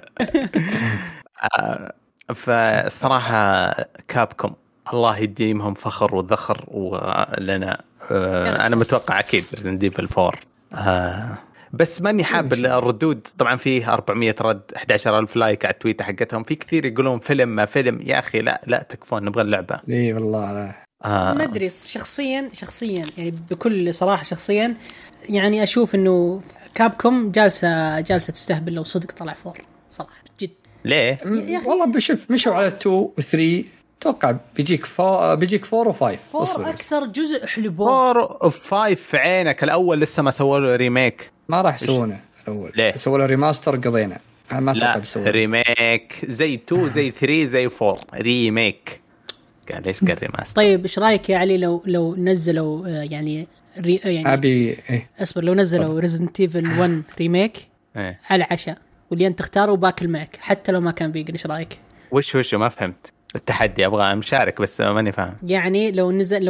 فالصراحه كابكوم الله يديمهم فخر وذخر ولنا. انا متوقع اكيد ريزيدنت ايفل 4. بس ماني حاب الردود. طبعا فيه 400 رد، 11,000 لايك على التويتر حقتهم. في كثير يقولون فيلم ما فيلم. يا اخي لا تكفون، نبغى اللعبه. اي والله لا. ما ادري شخصيا يعني بكل صراحه شخصيا يعني اشوف انه كابكوم جالسه تستهبل. لو صدق طلع 4 صراحه جد. ليه؟ والله بشوف مشوا على 2 و 3 توقع بيجيك 4 و5. 4 اكثر جزء حلبوه. 4 و 5 في عينك. الاول لسه ما سووا له ريميك. ما راح يسوونه الاول، سووا له ريماستر قضينا. ما لا ريميك زي 2 زي 3 زي 4 ريميك. قال ليش قال ريماستر؟ طيب ايش رايك يا علي لو نزلوا يعني ابي اصبر، لو نزلوا ريزيدنت ايفل 1 ريميك على العشاء واللي انت تختاره باكل معك حتى لو ما كان فيجن، ايش رايك؟ وش ما فهمت التحدي. ابغى مشارك بس ماني فاهم. يعني لو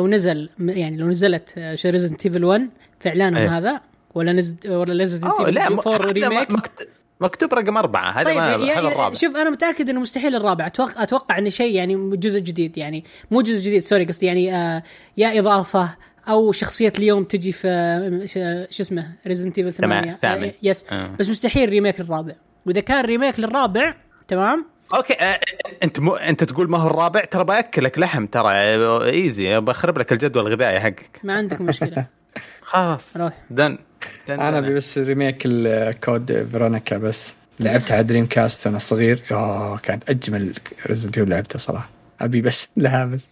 نزلت ريزيدنت ايفل 1 في اعلانهم هذا ولا ريزيدنت ايفل 4 ريميك مكتوب رقم 4. هذا طيب هذا الرابع. شوف انا متاكد انه مستحيل الرابع. اتوقع انه شيء يعني جزء جديد، يعني مو جزء جديد سوري قصدي يعني يا اضافه او شخصيه اليوم تجي في شو اسمه ريزيدنت ايفل 8 يس. بس مستحيل ريميك للرابع. واذا كان ريميك للرابع تمام اوكي. انت تقول ما هو الرابع، ترى باكلك لحم، ترى ايزي بخرب لك الجدول الغذائي حقك. ما عندك مشكله. خلاص روح دن. انا بس ريميك الكود فيرونيكا بس لعبتها على دريم كاست وانا صغير. كانت اجمل ريزنت ايفل لعبتها صراحه. ابي بس لها بس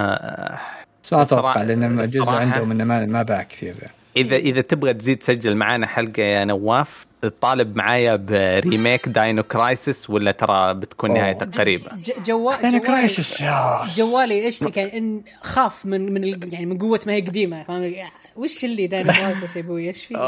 ما اتوقع لان الجزء عندهم انه ما باع كثير. اذا تبغى تزيد سجل معانا حلقه يا نواف، طالب معايا بريميك داينو كرايسيس ولا ترى بتكون نهايه قريبه؟ داينو كرايسيس جوالي ايش يعني ان خاف من يعني من قوه ما هي قديمه. وش اللي داينو كرايسيس يا ابوي ايش في؟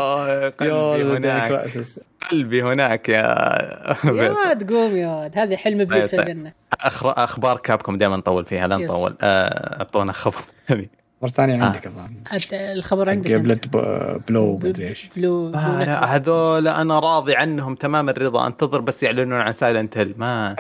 قلبي هناك يا واد قوم يا واد. هذا حلم ابليس في الجنه. اخبار كابكم دائما نطول فيها، لا نطول. اعطونا خبر ثاني مرة ثانية. عندك الظاهر الخبر عندك بلد بلو مدري ايش هذول انا راضي عنهم تمام الرضا. انتظر بس يعلنون عن سايلنت هيل. ما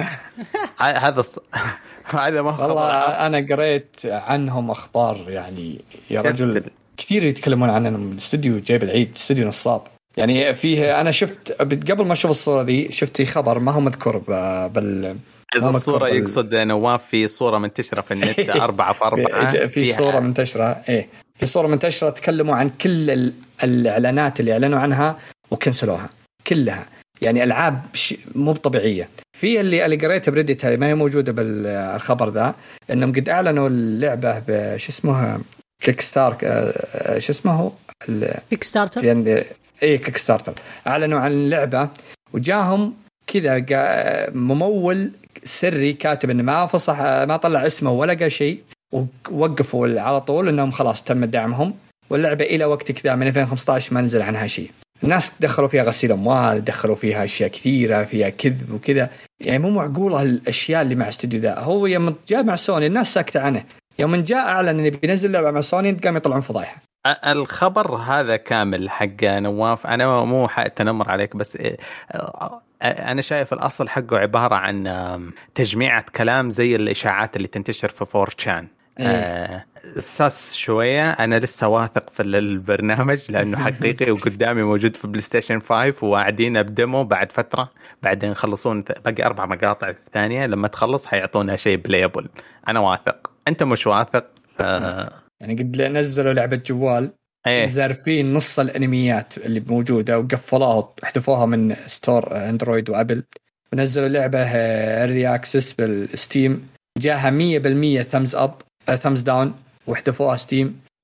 هذا ما خبر. والله انا قريت عنهم اخبار يعني يا رجل كثير يتكلمون عنهم. الاستوديو جايب العيد، استوديو نصاب يعني. فيه انا شفت قبل ما اشوف الصورة دي شفت خبر ما هو مذكور الصورة يقصد نواف في صورة منتشرة في النت 4x4 في صورة منتشرة. في صورة منتشرة تكلموا عن كل الإعلانات اللي أعلنوا عنها وكنسلوها كلها. يعني ألعاب مو طبيعية. في اللي قريته بريديت هذه ما هي موجودة بالخبر ذا، إنهم قد أعلنوا اللعبة بش اسمها كيك ستار شو اسمه كيك ستارتر يعني كيك ستارتر. أعلنوا عن اللعبة وجاهم كذا ممول سري كاتب إنه ما فصح ما طلع اسمه ولا قال شيء، ووقفوا على طول إنهم خلاص تم دعمهم واللعبة إلى وقت كذا من 2015 ما نزل عنها شيء. الناس دخلوا فيها غسيل أموال، دخلوا فيها أشياء كثيرة، فيها كذب وكذا. يعني مو معقولة الأشياء اللي مع استوديو ذا. هو يوم جاء مع سوني الناس ساكتة عنه، يوم جاء أعلن إنه بينزل لعبة مع سوني قام يطلعون فضايحة. الخبر هذا كامل حق نواف. أنا مو تنمر عليك بس أنا شايف الأصل حقه عبارة عن تجميعة كلام زي الإشاعات اللي تنتشر في 4chan. ساس شوية. أنا لسه واثق في البرنامج لأنه حقيقي وقدامي موجود في بلاي ستيشن 5 وواعدين بديمو بعد فترة، بعدين يخلصون باقي 4 مقاطع ثانية. لما تخلص حيعطونا شيء بلايبل. أنا واثق، أنت مش واثق. يعني قد نزلوا لعبة جوال زارفين نص الأنميات اللي موجودة وقفلوها وحذفوها من ستور اندرويد وابل، ونزلوا لعبة ايرلي اكسس بالستيم جاها 100% ثامز اب ثامز داون وحذفوها ستيم.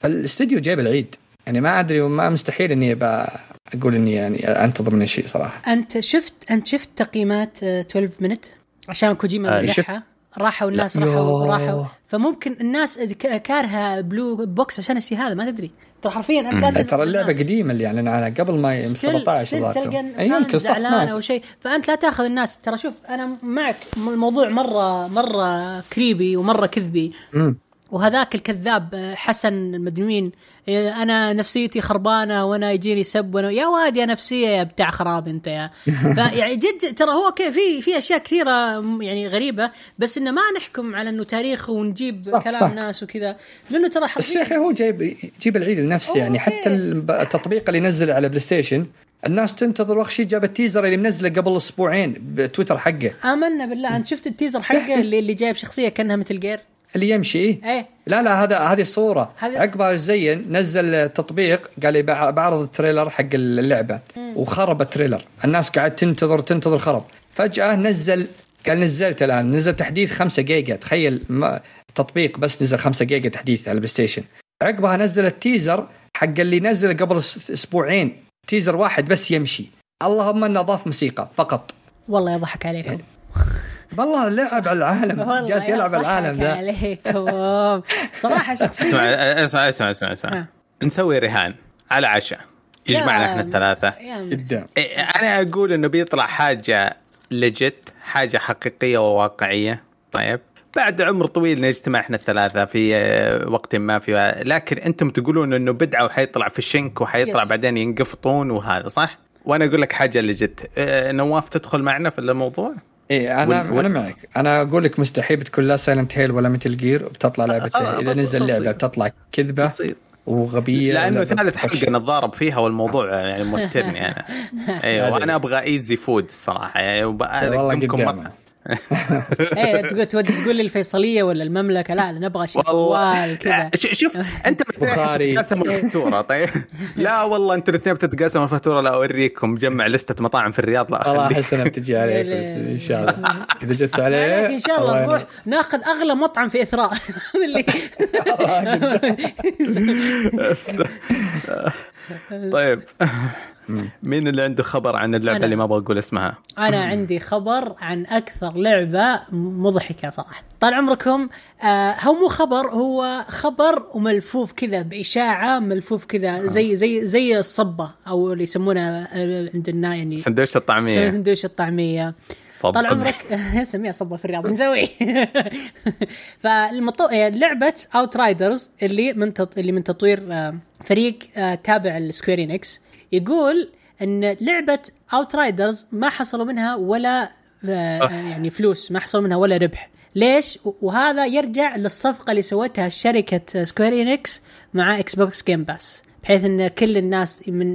فالاستوديو جايب العيد يعني ما ادري وما مستحيل اني اقول اني يعني انتظر من شيء صراحه. انت شفت تقييمات 12 minute عشان كوجيما ملحها راحوا الناس راحوا فممكن الناس كارها بلو بوكس عشان الشيء هذا ما تدري ترى حرفيا انت ترى اللعبه قديمه اللي اعلن عنها قبل ما 17 يمكن زعلان او شيء فانت لا تاخذ الناس. ترى شوف انا معك الموضوع مره كريبي ومره كذبي وهذاك الكذاب حسن المدنوين انا نفسيتي خربانه وانا يجيني سب وانا يا واد يا نفسيه يا بتاع خراب انت يا يعني جد ترى هو في اشياء كثيره يعني غريبه بس انه ما نحكم على انه تاريخ ونجيب كلام ناس وكذا لانه ترى الشيخ هو جيب العيد لنفسه يعني حتى التطبيق اللي نزل على بلاي ستيشن الناس تنتظر وقت شيء جاب التيزر اللي منزله قبل اسبوعين بتويتر حقه. آمنا بالله انت شفت التيزر حقه اللي جايب شخصيه كانها مثل جير اللي يمشي ايه؟ لا هذه الصورة عقبها زين نزل تطبيق قال لي بعرض التريلر حق اللعبة وخرب التريلر الناس قاعد تنتظر خرب فجأة قال نزلت الآن نزل تحديث 5 جيجا تخيل تطبيق بس نزل 5 جيجا تحديث على البلاي ستيشن. عقبها نزل التيزر حق اللي نزل قبل اسبوعين تيزر واحد بس يمشي اللهم انه اضاف موسيقى فقط. والله يضحك عليكم والله لعب على العالم جالس يلعب على العالم ذا عليكم صراحة شخصيا. اسمع نسوي رهان على عشاء يجمعنا احنا الثلاثة انا اقول انه بيطلع حاجة لجت حاجة حقيقية وواقعية. طيب بعد عمر طويل نجتمع احنا الثلاثة في وقت ما في لكن انتم تقولون انه بدعة وحيطلع في الشنك وحيطلع بعدين ينقفطون وهذا صح وانا اقول لك حاجة لجت. نواف تدخل معنا في الموضوع. ايه انا معك انا اقول لك مستحيل بتكون لا سايلنت هيل ولا ميتل جير وبتطلع لعبه اذا نزل لعبه بتطلع كذبه وغبيه لانه ثالث حلقه نتضارب فيها والموضوع يعني موترني انا. ايوه وانا ابغى ايزي فود الصراحه يعني والله ايه تقول لي الفيصليه ولا المملكه لا نبغى شيء طوال كذا. شوف انت بتتقاسم الفاتوره. طيب لا والله انتوا الاثنين بتتقاسموا الفاتوره. لا اوريكم مجمع لسته مطاعم في الرياض لا والله حسنا بتجي عليك ان شاء الله اذا جت عليه ان شاء الله نروح ناخذ اغلى مطعم في اثراء اللي طيب مين اللي عنده خبر عن اللعبة اللي ما أبغى أقول اسمها؟ أنا عندي خبر عن أكثر لعبة مضحكة صراحة. طال عمركم هو مو خبر هو خبر وملفوف كذا بإشاعة ملفوف كذا زي الصبة أو اللي يسمونها عندنا يعني سندويشة الطعمية طال عمرك سميها صبة في الرياض نسوي. فلعبة أوترايدرز اللي من تطوير فريق تابع لسكويرينكس يقول ان لعبه اوترايدرز ما حصلوا منها ولا يعني فلوس ما حصلوا منها ولا ربح. ليش؟ وهذا يرجع للصفقه اللي سوتها شركه سكويرينكس مع اكس بوكس جيم باس بحيث ان كل الناس من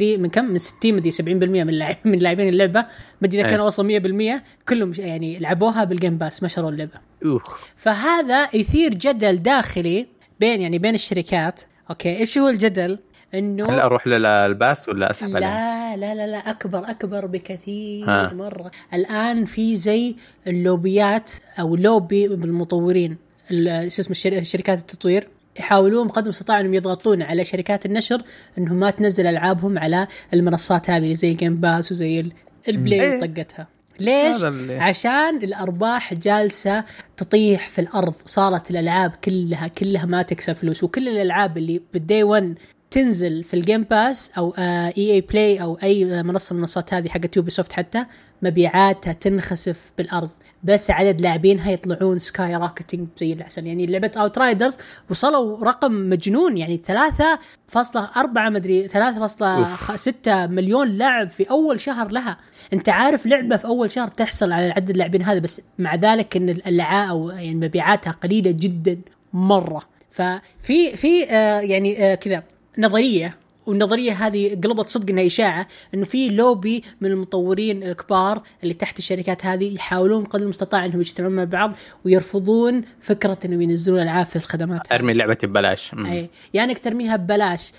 60 مدي 70% من لاعبين اللعبه مدي اذا كانوا وصلوا 100% كلهم يعني لعبوها بالجيم باس ما شروا اللعبه. فهذا يثير جدل داخلي بين الشركات. اوكي ايش هو الجدل؟ انه هل اروح للباس ولا اسحب عليه؟ لا اكبر بكثير مره. الان في زي اللوبيات او لوبي بالمطورين شركات التطوير يحاولون بقدر المستطاع انهم يضغطون على شركات النشر انهم ما تنزل العابهم على المنصات هذه زي جيم باس وزي البلاي وطقتها. ليش؟ عشان الأرباح جالسة تطيح في الأرض. صارت الألعاب كلها ما تكسب فلوس وكل الألعاب اللي بالدي 1 تنزل في الجيم باس او اي بلاي او اي منصه من المنصات هذه حقت يوبي سوفت حتى مبيعاتها تنخسف بالارض بس عدد لاعبينها يطلعون سكاي راكتينج زي العسل. يعني لعبه اوترايدرز وصلوا رقم مجنون يعني 3.4 مدري 3.6 مليون لاعب في اول شهر لها. انت عارف لعبه في اول شهر تحصل على عدد اللاعبين هذا بس مع ذلك ان الالعاب او يعني مبيعاتها قليله جدا مره. ففي يعني كذا نظرية والنظرية هذه قلبت صدق انها إشاعة انه في لوبي من المطورين الكبار اللي تحت الشركات هذه يحاولون قدر المستطاع انهم يجتمعون مع بعض ويرفضون فكرة انهم ينزلون العاب في الخدمات. ارمي لعبة ببلاش يعني ترميها ببلاش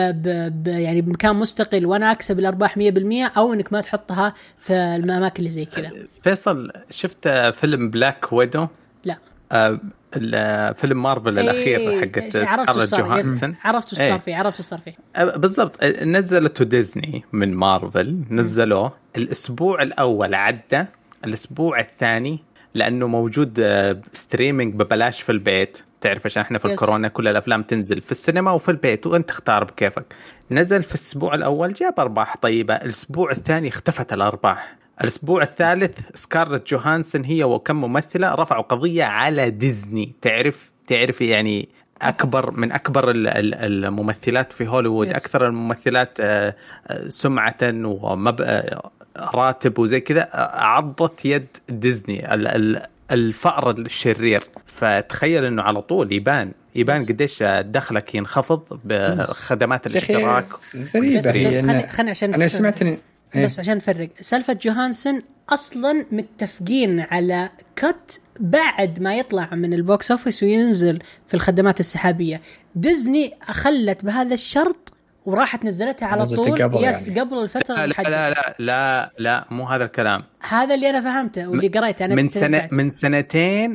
يعني بمكان مستقل وانا اكسب الارباح 100% او انك ما تحطها في الاماكن اللي زي كذا. فيصل شفت فيلم بلاك ويدو؟ لا فيلم مارفل الاخير حق سكارلت جوهانسون. عرفت ايش صار فيه بالضبط. نزلته ديزني من مارفل، نزلوه الاسبوع الاول، عدى الاسبوع الثاني لانه موجود ستريمينج ببلاش في البيت. تعرف عشان احنا في الكورونا كل الافلام تنزل في السينما وفي البيت وانت اختار بكيفك. نزل في الاسبوع الاول جاب ارباح طيبه، الاسبوع الثاني اختفت الارباح، الاسبوع الثالث سكارلت جوهانسون هي وكم ممثله رفعوا قضيه على ديزني. تعرف يعني من اكبر الممثلات في هوليوود، اكثر الممثلات سمعه وراتب وزي كذا، عضت يد ديزني الفأر الشرير. فتخيل انه على طول يبان قديش دخلك ينخفض بخدمات الاشتراك. غريبة. خلنا عشان أنا سمعتني بس عشان نفرق سالفة جوهانسون أصلا متفقين على كت بعد ما يطلع من البوكس اوفيس وينزل في الخدمات السحابية. ديزني أخلت بهذا الشرط وراحت نزلتها على طول قبل الفترة. لا مو هذا الكلام، هذا اللي أنا فهمته واللي قريته أنا من سنتين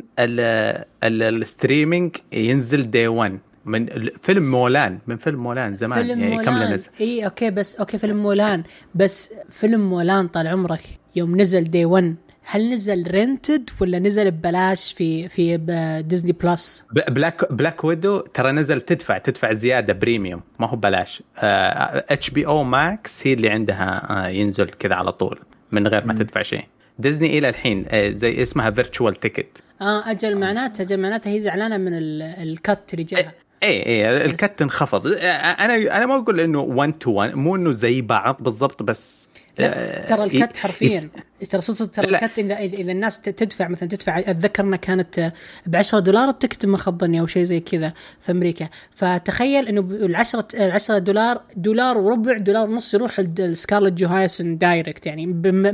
الستريمينج ينزل دي 1 من فيلم مولان زمان. فيلم يعني كم نزل؟ اوكي فيلم مولان، بس فيلم مولان طال عمرك يوم نزل دي 1 هل نزل رينتد ولا نزل ببلاش في ديزني بلس؟ بلاك ويدو ترى نزل تدفع زيادة بريميوم، ما هو بلاش. HBO ماكس هي اللي عندها ينزل كذا على طول من غير ما تدفع شيء. ديزني إلى الحين زي اسمها فيرتشوال تيكت. أجل معناته هي زعلانة من الكت اللي جاها. ايه الكت انخفض. انا ما اقول انه 1 to 1، مو انه زي بعض بالضبط، بس ترى الكت حرفيا ترى الكت اذا الناس تدفع مثلا اتذكر انها كانت $10 التكت ما خبرني او شيء زي كذا في امريكا. فتخيل انه $10 وربع $1.5 يروح السكارلت جوهانسون دايركت، يعني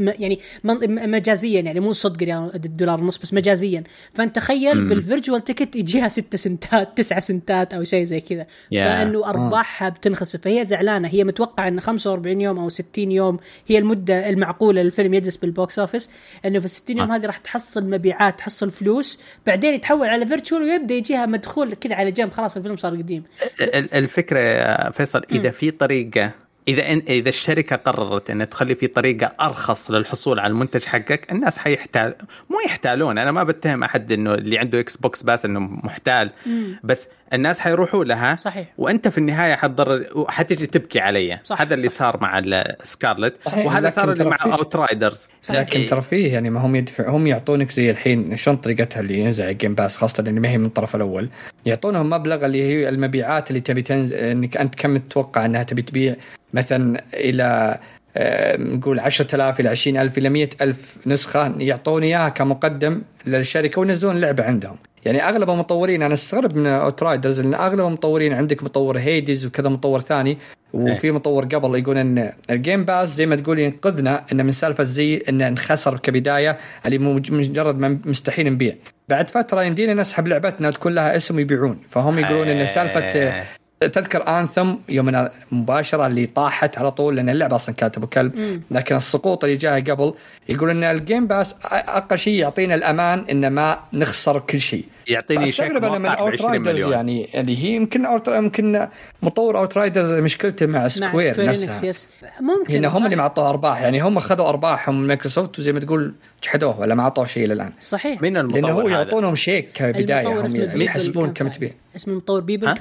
مجازيا، يعني مو صدق يعني $1.5 بس مجازيا. فانت تخيل بالفيرتشوال تيكت يجيها 6 سنتات 9 سنتات او شيء زي كذا، فانه ارباحها بتنخسف. فهي زعلانه، هي متوقعه ان 45 يوم او 60 يوم هي المده المعقوله للفيلم يجلس بالبوكس اوفيس، انه في 60 يوم هذه راح تحصل مبيعات، تحصل فلوس، بعدين يتحول على فيرتشوال ويبدا يجيها مدخول كذا على جنب، خلاص الفيلم صار قديم. الفكره فيصل اذا في طريقه، إذا الشركة قررت أن تخلي في طريقة أرخص للحصول على المنتج حقك، الناس مو يحتالون. أنا ما بتهم أحد إنه اللي عنده إكس بوكس بس إنه محتال، بس الناس حيروحوا لها. صحيح. وأنت في النهاية حتيجي تبكي علي. هذا اللي صار مع السكارلت، وهذا صار اللي مع أوترايدرز. لكن ترى فيه يعني ما هم يعطونك زي الحين شلون طريقتها اللي ينزع جيم باس، خاصة لأن ما هي من الطرف الأول، يعطونهم مبلغ اللي هي المبيعات اللي تبي إنك أنت كم تتوقع أنها تبي تبيع، مثلا إلى نقول 10,000 إلى 20,000 إلى 100,000 نسخة، يعطوني إياها كمقدم للشركة وينزلون اللعبة عندهم. يعني أغلب المطورين، أنا استغرب من أوترايدرز، لأن أغلب المطورين عندك مطور هيديز وكذا مطور ثاني، وفي مطور قبل يقول أن الجيم باس زي ما تقول ينقذنا إن من سالفة زي إن انخسر كبداية اللي مجرد ما مستحيل نبيع، بعد فترة يمدينا نسحب لعبتنا تكون لها اسم يبيعون. فهم يقولون إن سالفة تذكر آنثم يوم مباشرة اللي طاحت على طول، لأن اللعبة أصلا كانت أبو كلب، لكن السقوط اللي جاء قبل يقول إن الجيم باس أقل شيء يعطينا الأمان إن ما نخسر كل شيء. يعطيني شيك موقع ب20 مليون. يعني هي يمكن مطور أوترايدرز مشكلته مع سكوير نفسها، ممكن إن هم اللي معطوه أرباح، يعني هم خذوا أرباحهم من مايكروسوفت وزي ما تقول جحدوه ولا ما عطوه شيء للآن. صحيح. لأنه هو يعطونهم شيك كبداية، هم يحسبون كم تبيع. اسم المطور بيبل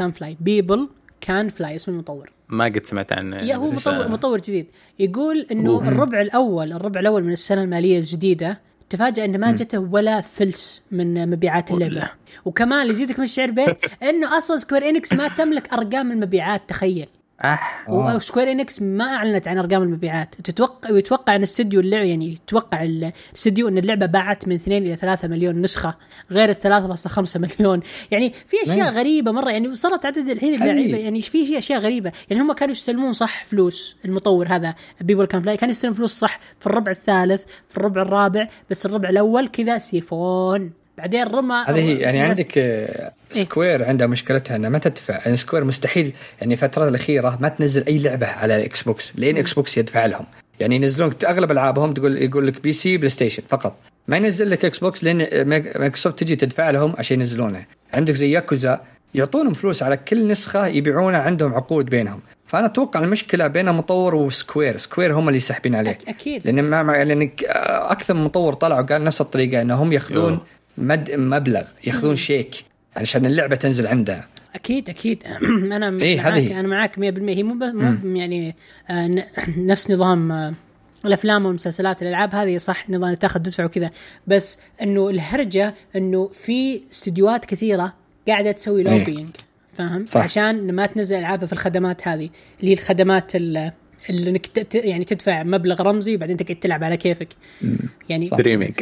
كان فلاي اسم المطور، ما قد سمعت عنه. هو مطور جديد. يقول انه الربع الاول من السنه الماليه الجديده تفاجأ انه ما جته ولا فلس من مبيعات اللعبه. وكمان اللي يزيدك من الشعر بيت انه اصلا سكوير إنكس ما تملك ارقام المبيعات، تخيل. وسكوير إنكس ما أعلنت عن أرقام المبيعات. يتوقع أن الاستوديو اللعبة، يعني يتوقع الاستوديو أن اللعبة باعت من 2 إلى 3 مليون نسخة غير 3.5 مليون. يعني في أشياء غريبة مرة، يعني صارت عدد الحين اللعيبة، يعني في شيء أشياء غريبة. يعني هم كانوا يستلمون صح فلوس، المطور هذا بيبل كان فلاي كان يستلم فلوس صح في الربع الثالث في الربع الرابع، بس الربع الأول كذا سيفون، بعدين رمى. هذه يعني عندك سكوير عندها مشكلتها انها ما تدفع. يعني سكوير مستحيل يعني الفترة الأخيرة ما تنزل أي لعبة على الإكس بوكس، لين إكس بوكس يدفع لهم. يعني ينزلون أغلب ألعابهم يقول لك بي سي بلاي ستيشن فقط، ما ينزل لك اكس بوكس لان مايكروسوفت تجي تدفع لهم عشان ينزلونه. عندك زي ياكوزا يعطونهم فلوس على كل نسخه يبيعونها، عندهم عقود بينهم. فانا اتوقع المشكله بين مطور وسكوير، سكوير هم اللي يسحبين عليه اكيد، لان لان اكثر من مطور طلعوا قال نفس الطريقه انهم ياخذون مبلغ، ياخذون شيك علشان اللعبه تنزل عندها. اكيد انا انا معاك 100%. هي مو يعني نفس نظام الافلام والمسلسلات الالعاب هذه، صح نظام تاخذ تدفع وكذا، بس انه الهرجه انه في استديوهات كثيره قاعده تسوي لوبينج، فاهم؟ عشان ما تنزل العابها في الخدمات هذه اللي هي الخدمات اللي يعني تدفع مبلغ رمزي وبعدين تقعد تلعب على كيفك. يعني ستريمينج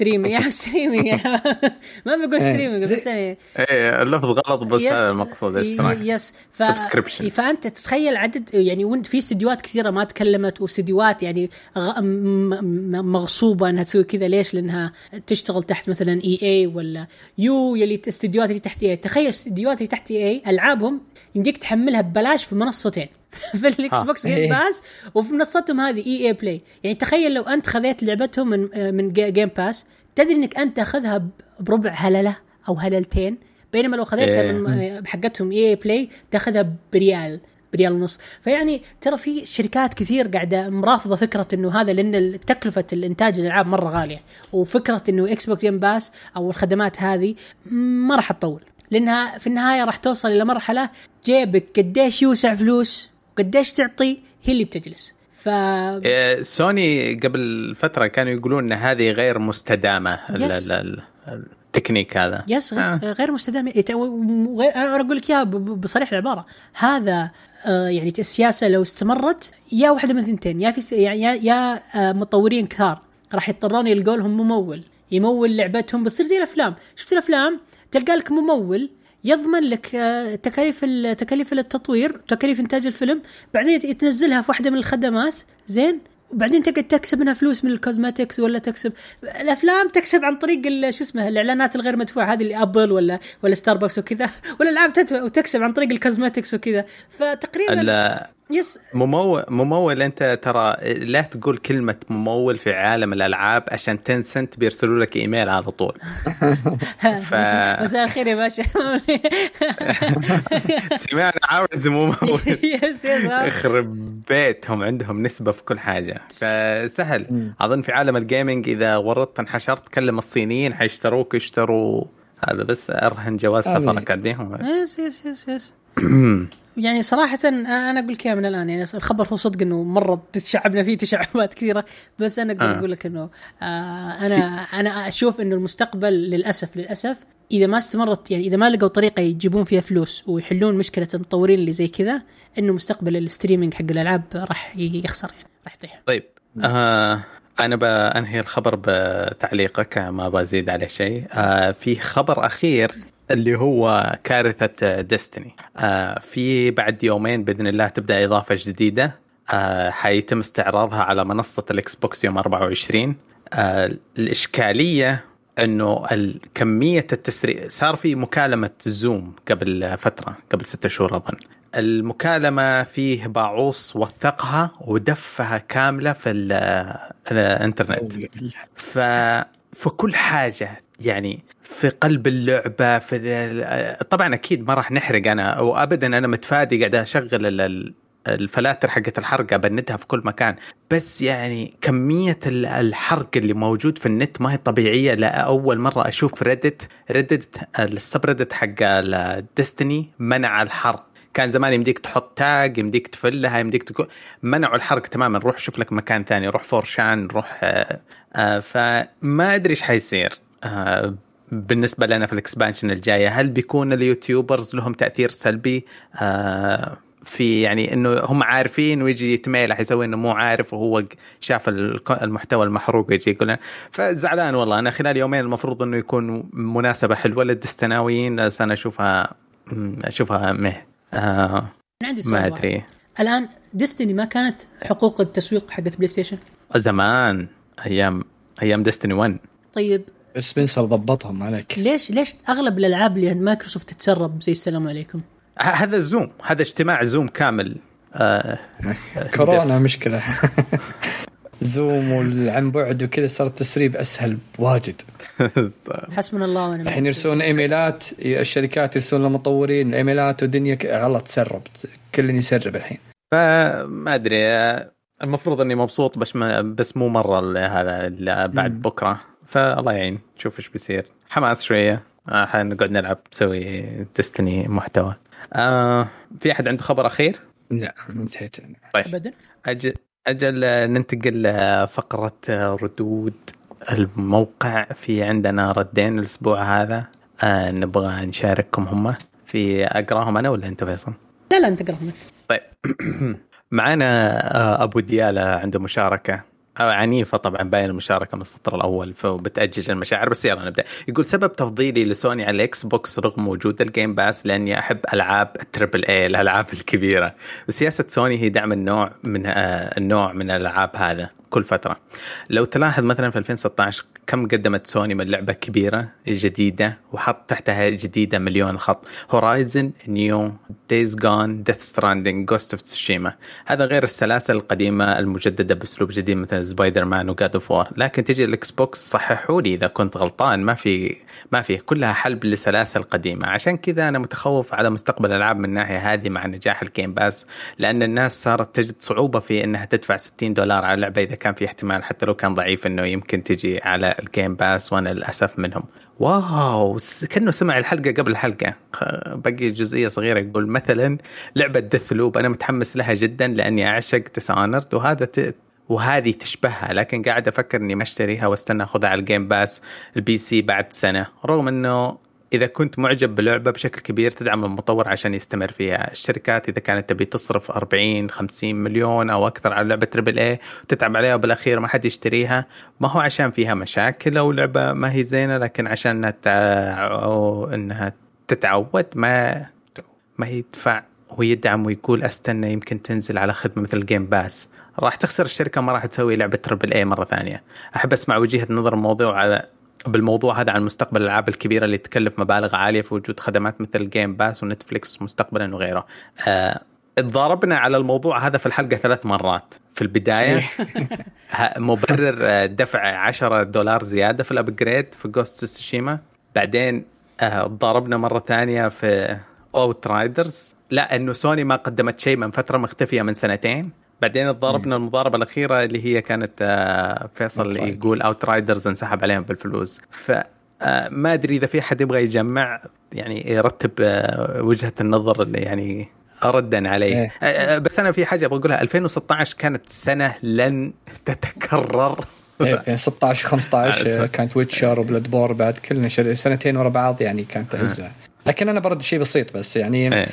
ما بقول ستريمينج بس يعني اللفظ غلط، بس المقصود يس فانت تتخيل عدد يعني، وانت في استديوهات كثيره ما تكلمت، واستديوهات يعني مغصوبه انها تسوي كذا. ليش؟ لانها تشتغل تحت مثلا EA ولا يلي استديوهات اللي تحت EA. تخيل استديوهات اللي تحت EA العابهم يمديك تحملها ببلاش في منصتين في الاكس بوكس جيم باس وفي منصتهم هذه EA بلاي. يعني تخيل لو انت خذيت لعبتهم من جيم باس، تدري انك انت تاخذها بربع هلله او هللتين، بينما لو خذيتها من حقتهم EA بلاي تاخذها بريال ونص. فيعني ترى في شركات كثير قاعده مرافضه فكره انه هذا، لان تكلفه الانتاج الالعاب مره غاليه، وفكره انه اكس بوكس جيم باس او الخدمات هذه ما راح تطول، لانها في النهايه راح توصل الى مرحله جيبك قديش يوسع فلوس وقديش تعطي هي اللي بتجلس. سوني قبل فترة كانوا يقولون ان هذه غير مستدامة، التكنيك هذا غير مستدامة. انا اقول لك اياها بصريح العبارة، هذا يعني السياسة لو استمرت يا واحدة من ثنتين، يا مطورين كثار راح يضطرون يلقوا لهم يمول لعبتهم، بتصير زي الافلام. شفت الافلام تلقى لك ممول يضمن لك تكاليف التطوير، تكاليف إنتاج الفيلم، بعدين يتنزلها في واحدة من الخدمات، زين، وبعدين تقعد تكسب منها فلوس من الكوزماتكس، ولا تكسب الأفلام تكسب عن طريق الإعلانات الغير مدفوعة هذه اللي أبل ولا ستاربكس وكذا، ولا الألعاب تدفع وتكسب عن طريق الكوزماتكس وكذا. فتقريبا ممول. انت ترى لا تقول كلمة ممول في عالم الألعاب عشان تنسنت بيرسلوا لك ايميل على طول. مساء الخير يا باشا. سمعنا عاوز ممول. يخرب بيتهم، عندهم نسبة في كل حاجة، فسهل. أظن في عالم الجيمينج إذا ورطت انحشرت تكلم الصينيين حيشتروك، يشتروا هذا بس أرهن جواز سفرك أديهم. يس يعني صراحة أنا أقول لك من الآن، يعني الخبر هو صدق إنه مرة تشعبنا فيه تشعبات كثيرة، بس أنا أقول لك إنه أنا أشوف إنه المستقبل للأسف إذا ما استمرت، يعني إذا ما لقوا طريقة يجيبون فيها فلوس ويحلون مشكلة المطورين اللي زي كذا، إنه مستقبل الستريمينج حق الألعاب راح يخسر، يعني راح يطيح. طيب أنا بأنهي الخبر بتعليقك، ما بزيد عليه شيء. في خبر أخير اللي هو كارثة ديستني. في بعد يومين بإذن الله تبدأ إضافة جديدة، حيتم استعراضها على منصة الإكس بوكس يوم 24. الإشكالية إنه الكمية التسريع، صار في مكالمة زوم قبل فترة، قبل 6 شهور أظن. المكالمة فيه باعوص وثقها ودفها كاملة في الانترنت، فكل حاجة يعني في قلب اللعبة. طبعا أكيد ما راح نحرق، أنا وأبدا أنا متفادي، قاعد أشغل الفلاتر حقة الحرق أبندها في كل مكان، بس يعني كمية الحرق اللي موجود في النت ما هي طبيعية. لا أول مرة أشوف ريدت السبريدت حق الديستني منع الحرق. كان زمان يمديك تحط تاج، يمديك تفلها، يمديك منعوا الحرق تماما. روح شوف لك مكان ثاني، روح فورشان، روح فما أدري إيش حيصير بالنسبة لنا في الإكسبانشن الجاية. هل بيكون اليوتيوبرز لهم تأثير سلبي في يعني إنه هم عارفين ويجي يتميل حيسوي إنه مو عارف وهو شاف المحتوى المحروق ويجي يقول؟ فزعلان والله. أنا خلال يومين المفروض إنه يكون مناسبة حلوة للدستناويين، بس أنا أشوفها عندي سؤال. ما أدري الآن ديستني ما كانت حقوق التسويق حقت بلاي ستيشن زمان، أيام ديستني 1. طيب سبنسر ضبطهم عليك. ليش أغلب الألعاب اللي عند مايكروسوفت تتسرب زي السلام عليكم؟ هذا زوم، هذا اجتماع زوم كامل. كورونا مشكلة. زوم والعن بعد وكذا صار التسريب اسهل واجد. حسبنا الله ونعم. الحين يرسلون ايميلات، الشركات يرسلون للمطورين الايميلات ودنيا غلط تسربت، كل يسرب الحين. فما ادري، المفروض اني مبسوط بس مو مره هذا بعد بكره، فالله يعين نشوف ايش بيصير. حماس شويه، حنقعد نلعب نسوي تستني محتوى. في احد عنده خبر اخير؟ لا انتهيت. طيب ابدا. اجل ننتقل لفقره ردود الموقع. في عندنا ردين الاسبوع هذا، نبغى نشارككم هم. في اقراهم انا ولا انت فيصل؟ لا انت اقراهم. طيب معنا ابو ديالة عنده مشاركه عنيفة طبعا، باين المشاركة من السطر الأول فبتأجج المشاعر، بس يلا نبدأ. يقول سبب تفضيلي لسوني على الإكس بوكس رغم وجود الجيم باس لأني أحب ألعاب التريبل اي، الألعاب الكبيرة، وسياسة سوني هي دعم النوع من الألعاب هذا كل فترة. لو تلاحظ مثلا في 2016 كم قدمت سوني من لعبة كبيرة جديدة وحط تحتها جديدة مليون خط: هورايزن، نيو، دايز جون، ديث ستراندينج، جوست اوف تسوشيما. هذا غير السلاسل القديمة المجددة بأسلوب جديد مثل سبايدر مان وجاد اوف وور. لكن تجي الاكس بوكس، صححوا لي إذا كنت غلطان، ما في كلها حلب لسلاسل قديمة. عشان كذا أنا متخوف على مستقبل الألعاب من الناحية هذه مع نجاح الجيم باس، لأن الناس صارت تجد صعوبة في أنها تدفع $60 على لعبة إذا كان في احتمال حتى لو كان ضعيف أنه يمكن تجي على الجيم باس. وأنا للأسف منهم. واو، كأنه سمع الحلقة قبل الحلقة. بقي جزئية صغيرة، يقول مثلا لعبة ديث لوب أنا متحمس لها جدا لأني أعشق ديسانرد وهذه تشبهها، لكن قاعد أفكر أني ما أشتريها واستنى أخذها على الجيم باس البي سي بعد سنة، رغم أنه إذا كنت معجب بلعبة بشكل كبير تدعم المطور عشان يستمر فيها. الشركات إذا كانت تبي تصرف 40-50 مليون أو أكثر على لعبة تريبل اي وتتعب عليها وبالأخير ما حد يشتريها، ما هو عشان فيها مشاكل أو لعبة ما هي زينة، لكن عشان إنها تتعود ما يدفع ويدعم ويقول أستنى يمكن تنزل على خدمة مثل جيم باس. راح تخسر الشركة، ما راح تسوي لعبة تريبل اي مرة ثانية. أحب أسمع وجهة نظر بالموضوع هذا عن مستقبل الألعاب الكبيرة اللي تكلف مبالغ عالية في وجود خدمات مثل جيم باس ونتفليكس مستقبلا وغيره. اتضاربنا على الموضوع هذا في الحلقة 3 مرات. في البداية مبرر دفع $10 زيادة في الأبجريد في جوست اوف تسوشيما، بعدين ضاربنا مرة ثانية في اوترايدرز، لا انه سوني ما قدمت شيء من فترة مختفية من 2 بعدين ضربنا المضاربة الأخيرة اللي هي كانت فيصل يقول اوترايدرز انسحب عليهم بالفلوس. فما أدري إذا في حد يبغى يجمع يعني يرتب وجهة النظر اللي يعني ردا عليه. بس أنا في حاجة أبغى أقولها، 2016 كانت سنة لن تتكرر. 2016-15 كانت ويتشر وبلاد بور بعد كلنا 2 ورا بعض، يعني كانت عزة. لكن أنا برد شيء بسيط بس يعني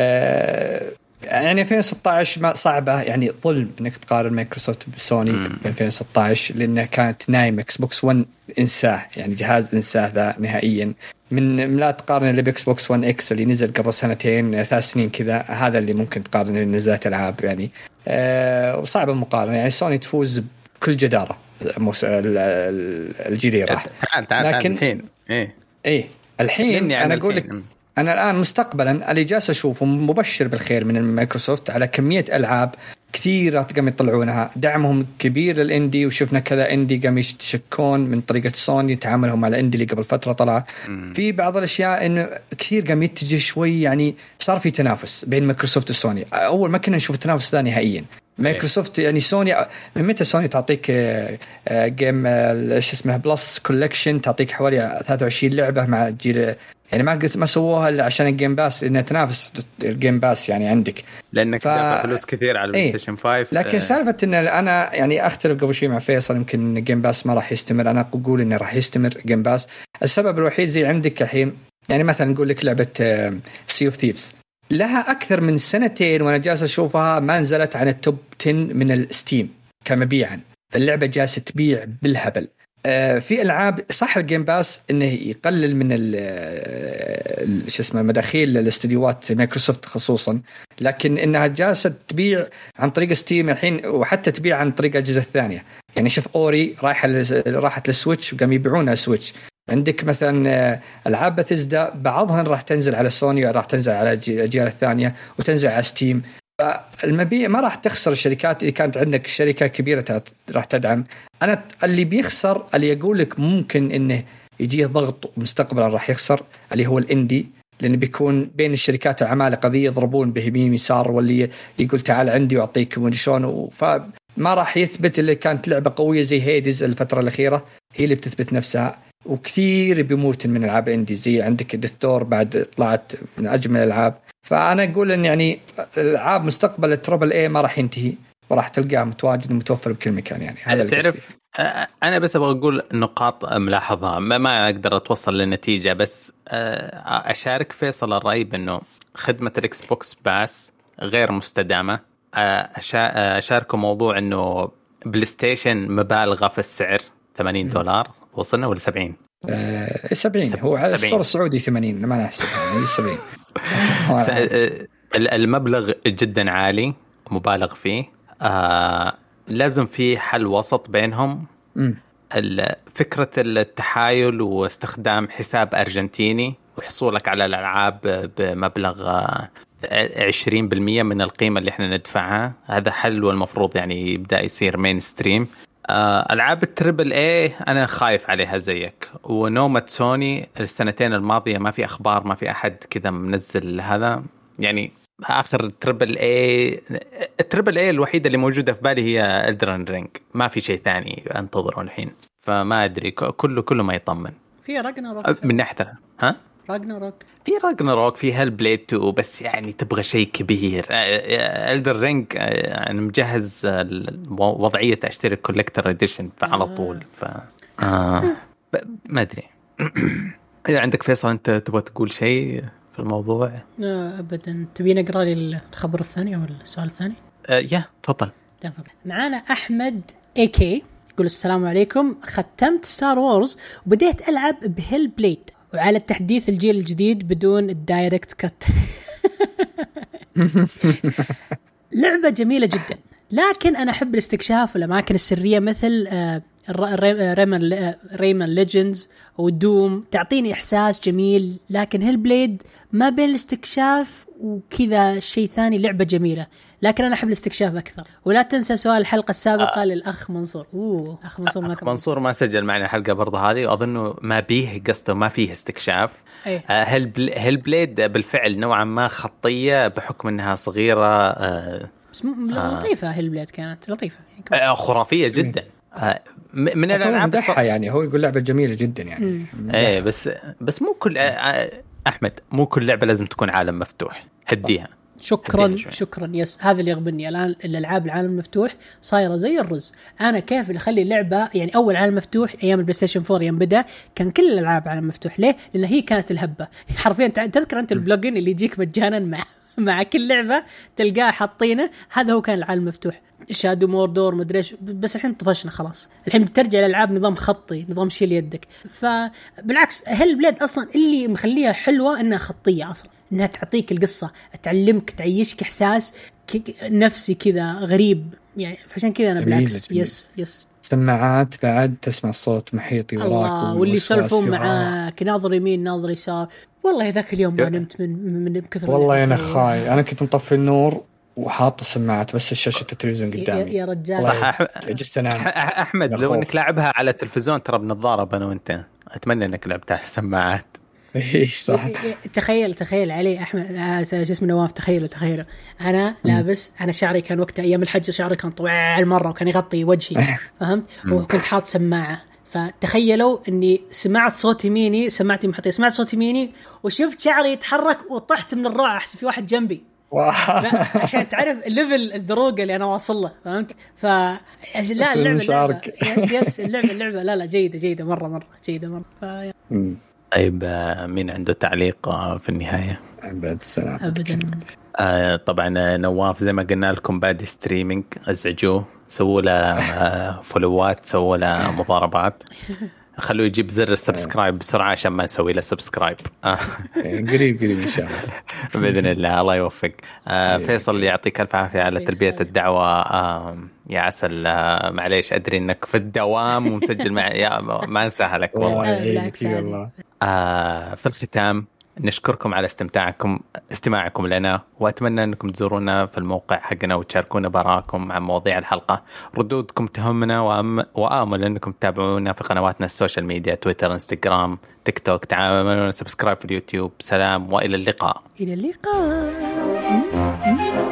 يعني 2016 صعبة، يعني ظلم انك تقارن مايكروسوفت بسوني ب 2016 لانها كانت نايم. اكس بوكس 1 انساه، يعني جهاز انساه ذا نهائيا. من لا تقارن اللي باكس بوكس 1 اكس اللي نزل قبل 2-3 سنين كذا، هذا اللي ممكن تقارن اللي نزلت العاب يعني. وصعب المقارنة، يعني سوني تفوز بكل جدارة الجيل اللي راح. لكن الحين انا اقول لك أنا الآن مستقبلا اللي جالس أشوفه مبشر بالخير من مايكروسوفت على كمية ألعاب كثيرة قام يطلعونها، دعمهم كبير للإندي، وشفنا كذا إندي قام يتشكون من طريقة سوني تعاملهم على إندي اللي قبل فترة طلع في بعض الأشياء إنه كثير قام يتجه شوي، يعني صار في تنافس بين مايكروسوفت وسوني. أول ما كنا نشوف التنافس ذا نهائيا. مايكروسوفت يعني سوني من متى سوني تعطيك جيم ايش اسمه بلس كولكشن، تعطيك حوالي 23 لعبة مع جيل، يعني ما سووها إلا عشان الجيم باس إنها تنافس الجيم باس يعني عندك، لأنك دافع فلوس كثير على البلاي ستيشن 5. لكن سالفة إن أنا يعني أختلف قبل شيء مع فيصل، يمكن الجيم باس ما راح يستمر. أنا أقول إنه راح يستمر جيم باس. السبب الوحيد زي عندك الحين، يعني مثلا نقول لك لعبة سي اوف ثيفز لها أكثر من 2 وأنا جالس أشوفها ما نزلت عن التوب 10 من الستيم كمبيعا، فاللعبة جالسة تبيع بالهبل. في ألعاب صح الجيم باس إنه يقلل من شو اسمه مداخيل الاستديوهات مايكروسوفت خصوصا، لكن إنها جالسة تبيع عن طريق ستيم الحين، وحتى تبيع عن طريق الأجهزة الثانية. يعني شوف أوري راحت للسويتش وقام يبيعونها سويتش. عندك مثلا ألعاب بثيسدا بعضها راح تنزل على سوني وراح تنزل على الأجهزة الثانية وتنزل على ستيم. فالمبيع ما راح تخسر الشركات. إذا كانت عندك شركة كبيرة راح تدعم. أنا اللي بيخسر اللي يقول لك ممكن إنه يجيه ضغط ومستقبلا راح يخسر اللي هو الإندي، لأنه بيكون بين الشركات العمالقة ذي يضربون بيمين يسار، واللي يقول تعال عندي وأعطيك ونشون. فما راح يثبت. اللي كانت لعبة قوية زي هيدز الفترة الأخيرة هي اللي بتثبت نفسها، وكثير بيموت من ألعاب إندي. زي عندك ديثور بعد طلعت من أجمل الألعاب. فأنا أقول إن يعني الألعاب مستقبل التربل اي ما راح ينتهي، وراح تلقاه متواجد ومتوفر بكل مكان. يعني هذا تعرف أنا بس أبغى أقول نقاط ملاحظة، ما أقدر أتوصل للنتيجة، بس أشارك فيصل الرأي بأنه خدمة الإكس بوكس باس غير مستدامة. أشاركه موضوع أنه بلاي ستيشن مبالغة في السعر $80 وصلنا ولا 70؟ 70 هو على الستور السعودي 80 ما نحسب يعني 70. المبلغ جدا عالي مبالغ فيه. لازم في حل وسط بينهم. فكرة التحايل واستخدام حساب أرجنتيني وحصولك على الألعاب بمبلغ 20% من القيمة اللي احنا ندفعها، هذا حل والمفروض يعني يبدأ يصير مين ستريم. ألعاب التريبل اي أنا خايف عليها زيك. ونومة سوني السنتين الماضية ما في أخبار، ما في أحد كذا منزل هذا. يعني آخر التريبل اي الوحيدة اللي موجودة في بالي هي إلدرن رينج، ما في شيء ثاني أنتظره الحين. فما أدري، كله ما يطمن. في راجناروك من ناحية في راجناروك، في هيل بليد 2، بس يعني تبغى شيء كبير. إلدر رينج أنا مجهز وضعية أشتري كولكتر إديشن على طول. ما أدري. إذا عندك فيصل أنت تبغى تقول شيء في الموضوع؟ أبدا. تبين أقرأ لي الخبر الثاني أو السؤال الثاني؟ تفضل. معانا أحمد AK يقول السلام عليكم، ختمت ستار وورز وبديت ألعب بهيل بليد وعلى التحديث الجيل الجديد بدون الدايركت كت. لعبة جميلة جدا، لكن أنا أحب الاستكشاف والأماكن السرية مثل ريمان ليجندز ودوم، تعطيني إحساس جميل. لكن هيل بليد ما بين الاستكشاف وكذا شيء ثاني. لعبة جميلة لكن أنا أحب الاستكشاف أكثر. ولا تنسى سؤال الحلقة السابقة للأخ منصور. أخ منصور ما سجل معنا الحلقة برضه هذه، وأظنه ما بيه قصده ما فيه استكشاف. هيل بليد بالفعل نوعا ما خطية بحكم أنها صغيرة. لطيفة. هيل بليد كانت لطيفة يعني خرافية جدا. من الألعاب يعني هو يقول لعبة جميلة جدا يعني. بس مو كل أحمد مو كل لعبة لازم تكون عالم مفتوح. هديها. شكرا. يس هذا اللي يغبني الآن. الألعاب العالم المفتوح صايرة زي الرز. أنا كيف اللي أخلي اللعبة يعني أول عالم مفتوح أيام البلاي ستيشن 4 يوم بدأ كان كل الألعاب عالم مفتوح. ليه؟ لأن هي كانت الهبة حرفيا. تذكر أنت البلوجين اللي يجيك مجانا مع كل لعبة تلقاه حاطينه، هذا هو كان العالم المفتوح. شادو موردور مدريش. بس الحين طفشنا خلاص، الحين بترجع الألعاب نظام خطي، نظام شيل يدك. فبالعكس هيل بليد أصلا اللي مخليها حلوة إنها خطية أصلا، إنها تعطيك القصة، تعلمك، تعيشك إحساس نفسي كذا غريب يعني. عشان كذا أنا بالعكس. يس سماعات بعد تسمع الصوت محيطي وراك، واللي يسولفون معاك ناظر يمين ناظر يسار. والله ذاك اليوم ما نمت من كثر. والله أنا خاي، أنا كنت مطفي النور وحاط السماعات بس الشاشة التلفزيون قدامي. يا رجال صح. أحمد لو إنك لعبها على التلفزيون ترى بنظارة أنا وأنت، أتمنى إنك لعبتها على السماعات. صح. تخيل علي أحمد اسمه نواف. تخيل أنا لابس، أنا شعري كان وقتها أيام الحج شعري كان طويل مرة وكان يغطي وجهي فهمت، وكنت حاط سماعة. فتخيلوا إني سمعت صوت يميني، سمعت صوت يميني وشفت شعري يتحرك وطحت من الروعة. أحس في واحد جنبي عشان تعرف الليفل الذروق اللي أنا واصل له فهمت. لا اللعبة يس اللعبة لا جيدة مرة جيدة مرة. طيب مين عنده تعليق في النهاية؟ بعد السلام. أبدا. طبعا نواف زي ما قلنا لكم بعد ستريمينج ازعجوه، سووا له فولوات، سووا له مضاربات، خلوه يجيب زر السبسكرايب بسرعة عشان ما نسوي له سبسكرايب. قريب إن شاء الله بإذن الله. الله يوفق. فيصل يعطيك ألف عافية على تلبية الدعوة. يا عسل. معليش أدري إنك في الدوام ومسجل مع ما نساها لك والله. بالعكس. في الختام نشكركم على استماعكم لنا، وأتمنى أنكم تزورونا في الموقع حقنا وتشاركونا براءكم عن مواضيع الحلقة. ردودكم تهمنا، وآمل أنكم تتابعونا في قنواتنا السوشيال ميديا، تويتر، انستغرام، تيك توك. تعالوا سبسكرايب في اليوتيوب. سلام وإلى اللقاء. إلى اللقاء.